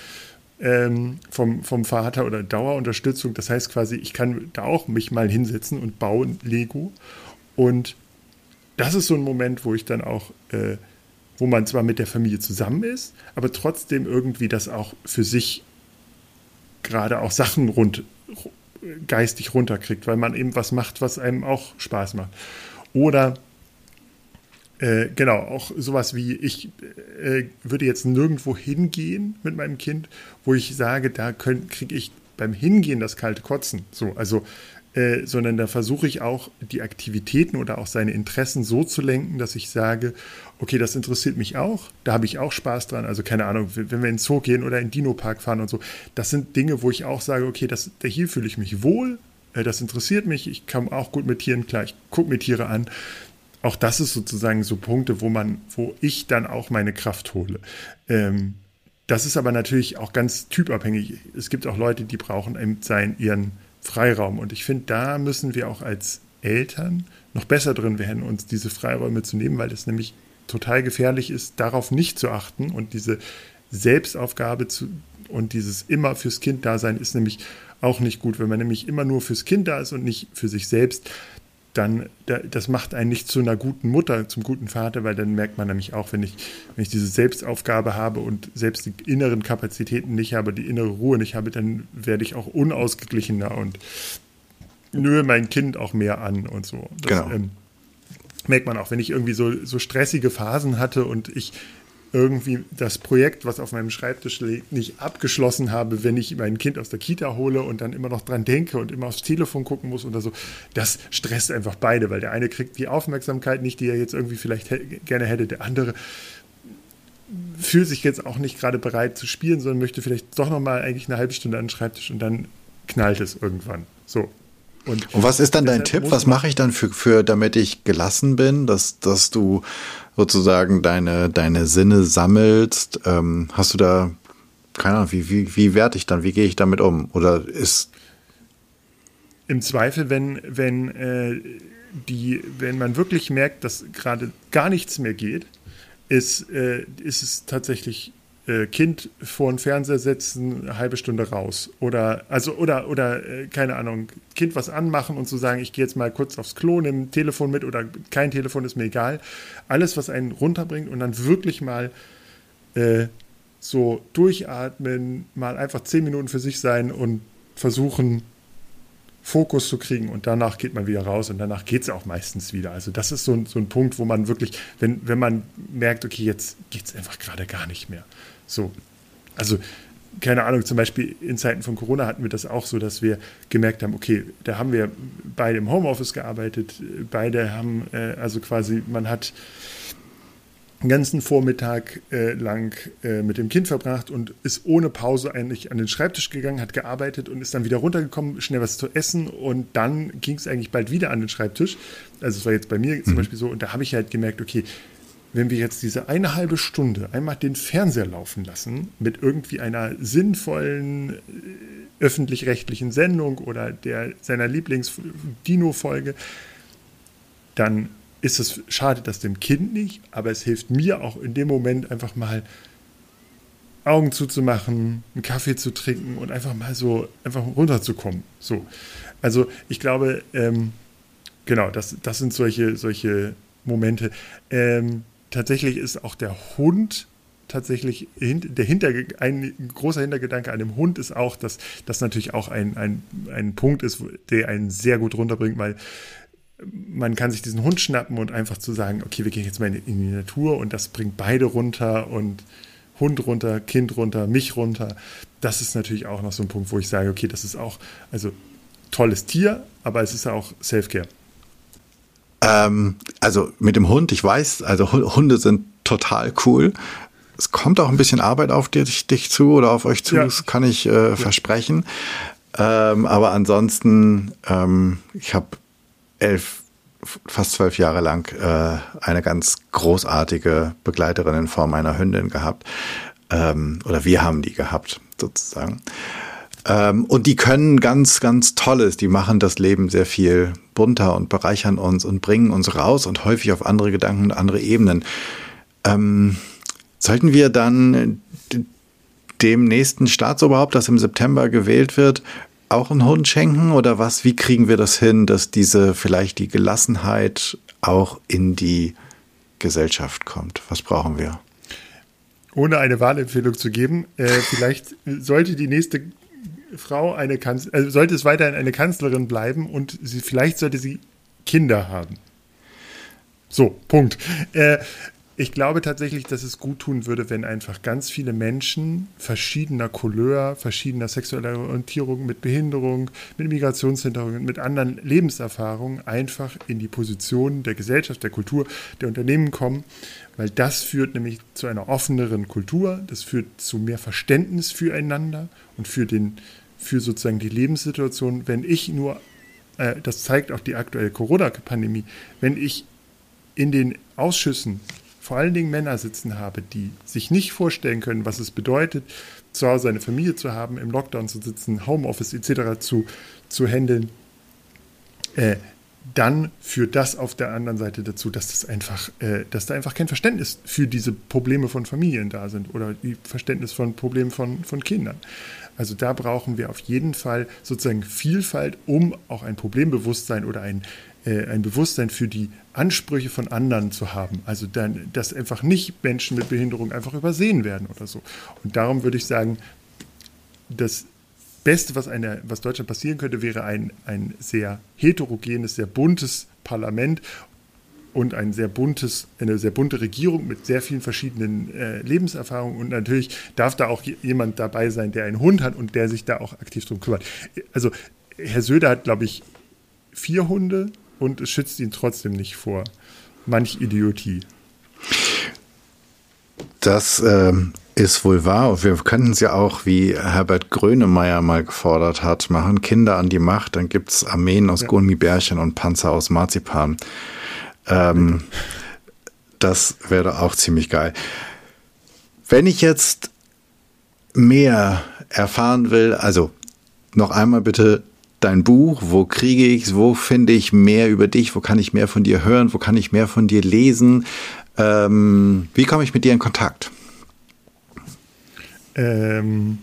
vom Vater oder Dauerunterstützung. Das heißt quasi, ich kann da auch mich mal hinsetzen und bauen Lego. Und das ist so ein Moment, wo ich dann auch, wo man zwar mit der Familie zusammen ist, aber trotzdem irgendwie das auch für sich gerade auch Sachen geistig runterkriegt, weil man eben was macht, was einem auch Spaß macht. Oder genau, auch sowas wie, ich würde jetzt nirgendwo hingehen mit meinem Kind, wo ich sage, da kriege ich beim Hingehen das kalte Kotzen. So, also, sondern da versuche ich auch, die Aktivitäten oder auch seine Interessen so zu lenken, dass ich sage, okay, das interessiert mich auch, da habe ich auch Spaß dran. Also keine Ahnung, wenn wir in den Zoo gehen oder in den Dino-Park fahren und so, das sind Dinge, wo ich auch sage, okay, hier fühle ich mich wohl, das interessiert mich, ich komme auch gut mit Tieren klar, ich gucke mir Tiere an. Auch das ist sozusagen so Punkte, wo ich dann auch meine Kraft hole. Das ist aber natürlich auch ganz typabhängig. Es gibt auch Leute, die brauchen eben ihren Freiraum. Und ich finde, da müssen wir auch als Eltern noch besser drin werden, uns diese Freiräume zu nehmen, weil es nämlich total gefährlich ist, darauf nicht zu achten. Und diese Selbstaufgabe und dieses immer fürs Kind da sein ist nämlich auch nicht gut. Wenn man nämlich immer nur fürs Kind da ist und nicht für sich selbst, dann, das macht einen nicht zu einer guten Mutter, zum guten Vater, weil dann merkt man nämlich auch, wenn ich diese Selbstaufgabe habe und selbst die inneren Kapazitäten nicht habe, die innere Ruhe nicht habe, dann werde ich auch unausgeglichener und nöhe mein Kind auch mehr an und so. Das merkt man auch, wenn ich irgendwie so stressige Phasen hatte und ich irgendwie das Projekt, was auf meinem Schreibtisch liegt, nicht abgeschlossen habe, wenn ich mein Kind aus der Kita hole und dann immer noch dran denke und immer aufs Telefon gucken muss oder so. Das stresst einfach beide, weil der eine kriegt die Aufmerksamkeit nicht, die er jetzt irgendwie vielleicht gerne hätte. Der andere fühlt sich jetzt auch nicht gerade bereit zu spielen, sondern möchte vielleicht doch nochmal eigentlich eine halbe Stunde an den Schreibtisch und dann knallt es irgendwann. So. Und was ist dann dein Tipp? Was mache ich dann damit ich gelassen bin, dass du sozusagen deine Sinne sammelst? Hast du da, keine Ahnung, wie werte ich dann? Wie gehe ich damit um? Oder ist im Zweifel, wenn man wirklich merkt, dass gerade gar nichts mehr geht, ist es tatsächlich Kind vor den Fernseher setzen, eine halbe Stunde raus. Oder keine Ahnung, Kind was anmachen und zu sagen, ich gehe jetzt mal kurz aufs Klo, nehme ein Telefon mit oder kein Telefon, ist mir egal. Alles, was einen runterbringt und dann wirklich mal so durchatmen, mal einfach 10 Minuten für sich sein und versuchen, Fokus zu kriegen und danach geht man wieder raus und danach geht es auch meistens wieder. Also das ist so ein Punkt, wo man wirklich, wenn man merkt, okay, jetzt geht es einfach gerade gar nicht mehr. So, also keine Ahnung, zum Beispiel in Zeiten von Corona hatten wir das auch so, dass wir gemerkt haben, okay, da haben wir beide im Homeoffice gearbeitet, beide haben, also quasi, man hat den ganzen Vormittag lang mit dem Kind verbracht und ist ohne Pause eigentlich an den Schreibtisch gegangen, hat gearbeitet und ist dann wieder runtergekommen, schnell was zu essen und dann ging es eigentlich bald wieder an den Schreibtisch. Also es war jetzt bei mir zum Beispiel so und da habe ich halt gemerkt, okay, wenn wir jetzt diese 1,5 Stunde einmal den Fernseher laufen lassen mit irgendwie einer sinnvollen öffentlich-rechtlichen Sendung oder seiner Lieblings-Dino-Folge, dann schadet das dem Kind nicht, aber es hilft mir auch in dem Moment einfach mal Augen zuzumachen, einen Kaffee zu trinken und einfach mal so einfach runterzukommen. So. Also ich glaube, genau, das sind solche Momente. Tatsächlich ist auch der Hund tatsächlich ein großer Hintergedanke an dem Hund ist auch, dass das natürlich auch ein Punkt ist, der einen sehr gut runterbringt, weil man kann sich diesen Hund schnappen und einfach zu sagen, okay, wir gehen jetzt mal in die Natur und das bringt beide runter und Hund runter, Kind runter, mich runter. Das ist natürlich auch noch so ein Punkt, wo ich sage, okay, das ist auch, also tolles Tier, aber es ist ja auch Self-Care. Also mit dem Hund, ich weiß, also Hunde sind total cool. Es kommt auch ein bisschen Arbeit auf dich zu oder auf euch zu, das kann ich versprechen. Aber ansonsten, ich habe fast 12 Jahre lang eine ganz großartige Begleiterin in Form einer Hündin gehabt. Oder wir haben die gehabt, sozusagen. Und die können ganz, ganz Tolles. Die machen das Leben sehr viel bunter und bereichern uns und bringen uns raus und häufig auf andere Gedanken und andere Ebenen. Sollten wir dann dem nächsten Staatsoberhaupt, das im September gewählt wird, auch einen Hund schenken oder was? Wie kriegen wir das hin, dass vielleicht die Gelassenheit auch in die Gesellschaft kommt? Was brauchen wir? Ohne eine Wahlempfehlung zu geben, vielleicht sollte die nächste Frau sollte es weiterhin eine Kanzlerin bleiben und vielleicht sollte sie Kinder haben. So, Punkt. Ich glaube tatsächlich, dass es gut tun würde, wenn einfach ganz viele Menschen verschiedener Couleur, verschiedener sexueller Orientierung, mit Behinderung, mit Migrationshintergrund, mit anderen Lebenserfahrungen einfach in die Position der Gesellschaft, der Kultur, der Unternehmen kommen, weil das führt nämlich zu einer offeneren Kultur, das führt zu mehr Verständnis füreinander und für sozusagen die Lebenssituation. Wenn ich nur, das zeigt auch die aktuelle Corona-Pandemie, wenn ich in den Ausschüssen vor allen Dingen Männer sitzen habe, die sich nicht vorstellen können, was es bedeutet, zu Hause eine Familie zu haben, im Lockdown zu sitzen, Homeoffice etc. zu handeln, dann führt das auf der anderen Seite dazu, dass da einfach kein Verständnis für diese Probleme von Familien da sind oder die Verständnis von Problemen von Kindern. Also da brauchen wir auf jeden Fall sozusagen Vielfalt, um auch ein Problembewusstsein oder ein Bewusstsein für die Ansprüche von anderen zu haben. Also dann, dass einfach nicht Menschen mit Behinderung einfach übersehen werden oder so. Und darum würde ich sagen, das Beste, was Deutschland passieren könnte, wäre ein sehr heterogenes, sehr buntes Parlament und eine sehr bunte Regierung mit sehr vielen verschiedenen Lebenserfahrungen. Und natürlich darf da auch jemand dabei sein, der einen Hund hat und der sich da auch aktiv drum kümmert. Also Herr Söder hat, glaube ich, 4 Hunde und es schützt ihn trotzdem nicht vor manch Idiotie. Das ist wohl wahr. Und wir könnten es ja auch, wie Herbert Grönemeyer mal gefordert hat, machen: Kinder an die Macht, dann gibt es Armeen aus Gummibärchen und Panzer aus Marzipan. Das wäre auch ziemlich geil. Wenn ich jetzt mehr erfahren will, also noch einmal bitte dein Buch, wo kriege ich es, wo finde ich mehr über dich, wo kann ich mehr von dir hören, wo kann ich mehr von dir lesen, wie komme ich mit dir in Kontakt? Mein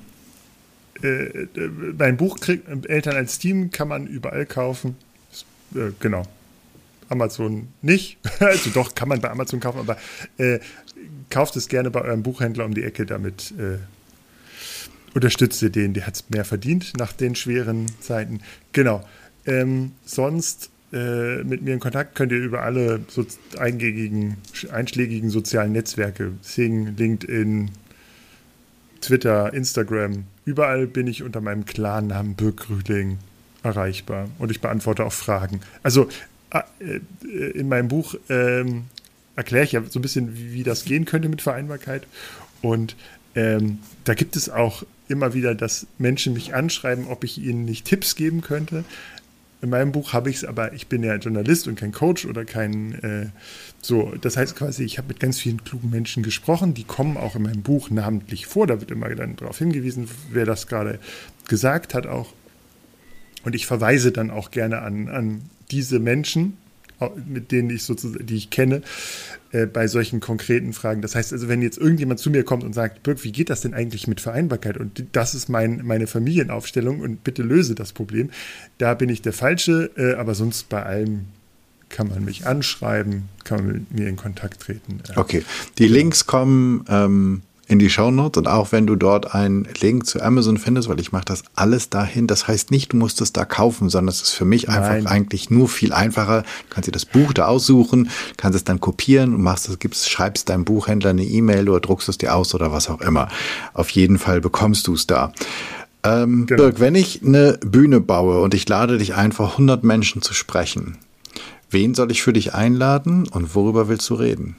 Buch Eltern als Team kann man überall kaufen, genau. Amazon nicht, also doch, kann man bei Amazon kaufen, aber kauft es gerne bei eurem Buchhändler um die Ecke, damit unterstützt ihr den, der hat es mehr verdient nach den schweren Zeiten. Genau. Sonst mit mir in Kontakt könnt ihr über alle einschlägigen sozialen Netzwerke, Xing, LinkedIn, Twitter, Instagram, überall bin ich unter meinem Klarnamen Birk Rühling erreichbar und ich beantworte auch Fragen. Also in meinem Buch erkläre ich ja so ein bisschen, wie das gehen könnte mit Vereinbarkeit und da gibt es auch immer wieder, dass Menschen mich anschreiben, ob ich ihnen nicht Tipps geben könnte. In meinem Buch habe ich es, aber ich bin ja Journalist und kein Coach oder kein das heißt quasi, ich habe mit ganz vielen klugen Menschen gesprochen, die kommen auch in meinem Buch namentlich vor, da wird immer dann darauf hingewiesen, wer das gerade gesagt hat auch. Und ich verweise dann auch gerne an diese Menschen, mit denen ich sozusagen, die ich kenne, bei solchen konkreten Fragen. Das heißt also, wenn jetzt irgendjemand zu mir kommt und sagt, Birk, wie geht das denn eigentlich mit Vereinbarkeit? Und das ist meine Familienaufstellung und bitte löse das Problem. Da bin ich der Falsche, aber sonst bei allem kann man mich anschreiben, kann man mit mir in Kontakt treten. Okay, die Links kommen in die Shownotes und auch wenn du dort einen Link zu Amazon findest, weil ich mache das alles dahin, das heißt nicht, du musst es da kaufen, sondern es ist für mich einfach eigentlich nur viel einfacher. Du kannst dir das Buch da aussuchen, kannst es dann kopieren und schreibst deinem Buchhändler eine E-Mail oder druckst es dir aus oder was auch immer. Auf jeden Fall bekommst du es da. Genau. Birk, wenn ich eine Bühne baue und ich lade dich ein, vor 100 Menschen zu sprechen, wen soll ich für dich einladen und worüber willst du reden?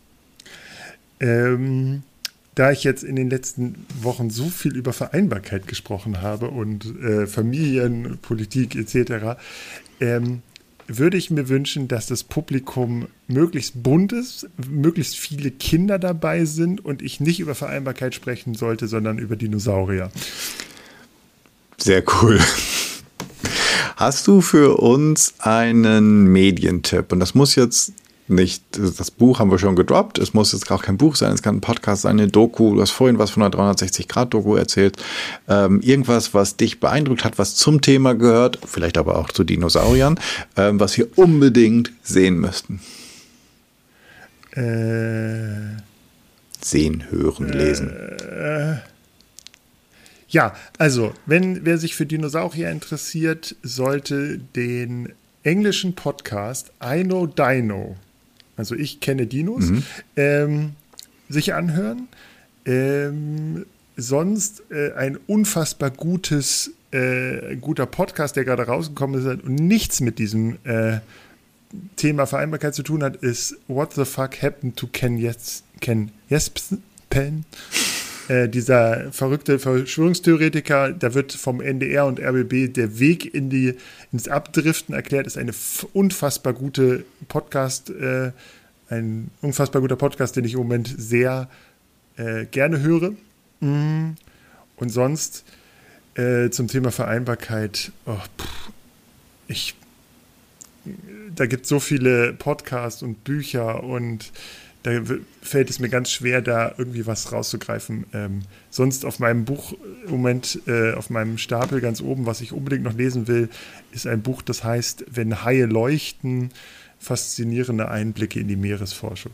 Da ich jetzt in den letzten Wochen so viel über Vereinbarkeit gesprochen habe und Familien, Politik etc., würde ich mir wünschen, dass das Publikum möglichst bunt ist, möglichst viele Kinder dabei sind und ich nicht über Vereinbarkeit sprechen sollte, sondern über Dinosaurier. Sehr cool. Hast du für uns einen Medientipp? Und das muss jetzt nicht, das Buch haben wir schon gedroppt, es muss jetzt auch kein Buch sein, es kann ein Podcast sein, eine Doku, du hast vorhin was von einer 360-Grad-Doku erzählt, irgendwas, was dich beeindruckt hat, was zum Thema gehört, vielleicht aber auch zu Dinosauriern, was wir unbedingt sehen müssten. Sehen, hören, lesen. Ja, also, wer sich für Dinosaurier interessiert, sollte den englischen Podcast I Know Dino, also ich kenne Dinos, sich anhören. Sonst ein unfassbar guter Podcast, der gerade rausgekommen ist und nichts mit diesem Thema Vereinbarkeit zu tun hat, ist What the Fuck Happened to Ken Jebsen? Dieser verrückte Verschwörungstheoretiker, da wird vom NDR und RBB der Weg ins Abdriften erklärt, ist eine unfassbar gute Podcast, ein unfassbar guter Podcast, den ich im Moment sehr gerne höre. Und sonst zum Thema Vereinbarkeit, da gibt es so viele Podcasts und Bücher und da fällt es mir ganz schwer, da irgendwie was rauszugreifen. Sonst auf meinem Buch im Moment, auf meinem Stapel ganz oben, was ich unbedingt noch lesen will, ist ein Buch, das heißt Wenn Haie leuchten, faszinierende Einblicke in die Meeresforschung.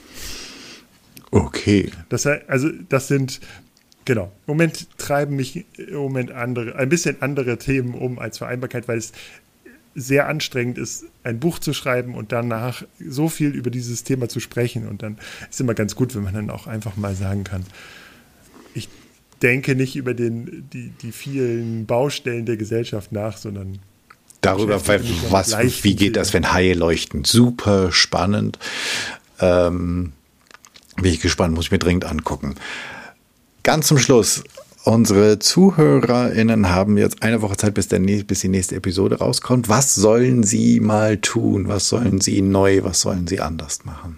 Okay. Das sind, genau, im Moment treiben mich ein bisschen andere Themen um als Vereinbarkeit, weil es sehr anstrengend ist, ein Buch zu schreiben und danach so viel über dieses Thema zu sprechen. Und dann ist immer ganz gut, wenn man dann auch einfach mal sagen kann, ich denke nicht über die vielen Baustellen der Gesellschaft nach, sondern darüber, wie geht das, wenn Haie leuchten? Super spannend. Bin ich gespannt, muss ich mir dringend angucken. Ganz zum Schluss. Unsere ZuhörerInnen haben jetzt eine Woche Zeit, bis die nächste Episode rauskommt. Was sollen sie mal tun? Was sollen sie neu? Was sollen sie anders machen?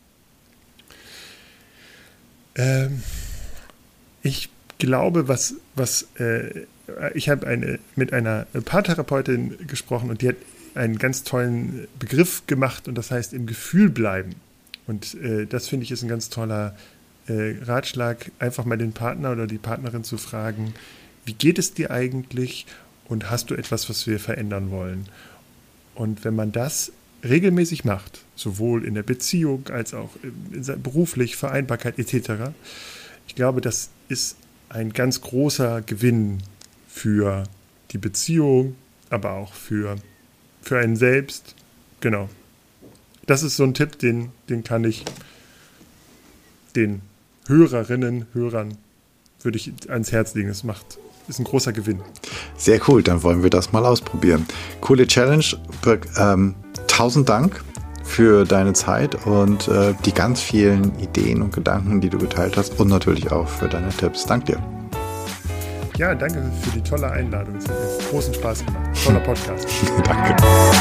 Ich glaube, ich habe mit einer Paartherapeutin gesprochen und die hat einen ganz tollen Begriff gemacht und das heißt im Gefühl bleiben. Und das finde ich ist ein ganz toller Ratschlag, einfach mal den Partner oder die Partnerin zu fragen, wie geht es dir eigentlich und hast du etwas, was wir verändern wollen? Und wenn man das regelmäßig macht, sowohl in der Beziehung als auch beruflich, Vereinbarkeit etc., ich glaube, das ist ein ganz großer Gewinn für die Beziehung, aber auch für einen selbst. Genau. Das ist so ein Tipp, den kann ich den Hörern würde ich ans Herz legen. Es ist ein großer Gewinn. Sehr cool, dann wollen wir das mal ausprobieren. Coole Challenge. 1000 Dank für deine Zeit und die ganz vielen Ideen und Gedanken, die du geteilt hast und natürlich auch für deine Tipps. Danke dir. Ja, danke für die tolle Einladung. Es hat mir großen Spaß gemacht. Toller Podcast. Danke.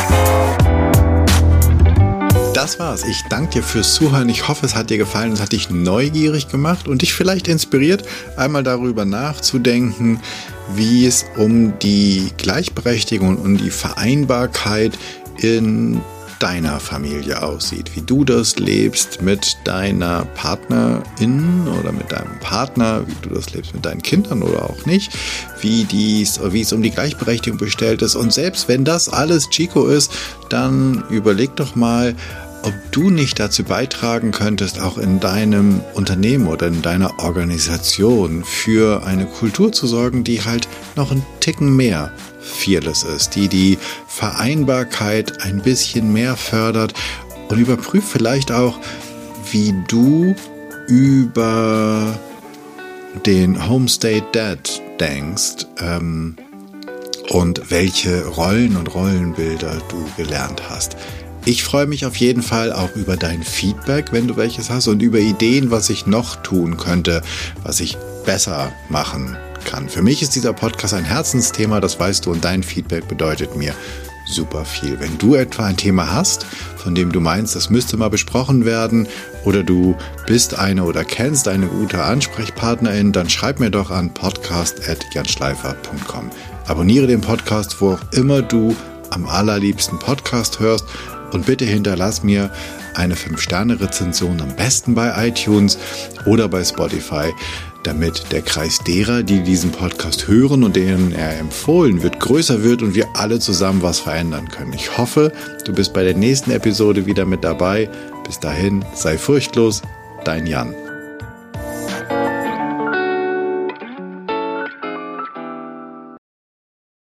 Das war's. Ich danke dir fürs Zuhören. Ich hoffe, es hat dir gefallen, es hat dich neugierig gemacht und dich vielleicht inspiriert, einmal darüber nachzudenken, wie es um die Gleichberechtigung und um die Vereinbarkeit in deiner Familie aussieht, wie du das lebst mit deiner Partnerin oder mit deinem Partner, wie du das lebst mit deinen Kindern oder auch nicht, wie es um die Gleichberechtigung bestellt ist. Und selbst wenn das alles Chico ist, dann überleg doch mal, ob du nicht dazu beitragen könntest, auch in deinem Unternehmen oder in deiner Organisation für eine Kultur zu sorgen, die halt noch einen Ticken mehr fearless ist, die Vereinbarkeit ein bisschen mehr fördert, und überprüf vielleicht auch, wie du über den Home State Dad denkst und welche Rollen und Rollenbilder du gelernt hast. Ich freue mich auf jeden Fall auch über dein Feedback, wenn du welches hast, und über Ideen, was ich noch tun könnte, was ich besser machen kann. Für mich ist dieser Podcast ein Herzensthema, das weißt du, und dein Feedback bedeutet mir super viel. Wenn du etwa ein Thema hast, von dem du meinst, das müsste mal besprochen werden, oder du bist eine oder kennst eine gute Ansprechpartnerin, dann schreib mir doch an podcast@janschleifer.com. Abonniere den Podcast, wo auch immer du am allerliebsten Podcast hörst, und bitte hinterlass mir eine 5-Sterne-Rezension, am besten bei iTunes oder bei Spotify, damit der Kreis derer, die diesen Podcast hören und denen er empfohlen wird, größer wird und wir alle zusammen was verändern können. Ich hoffe, du bist bei der nächsten Episode wieder mit dabei. Bis dahin, sei furchtlos, dein Jan.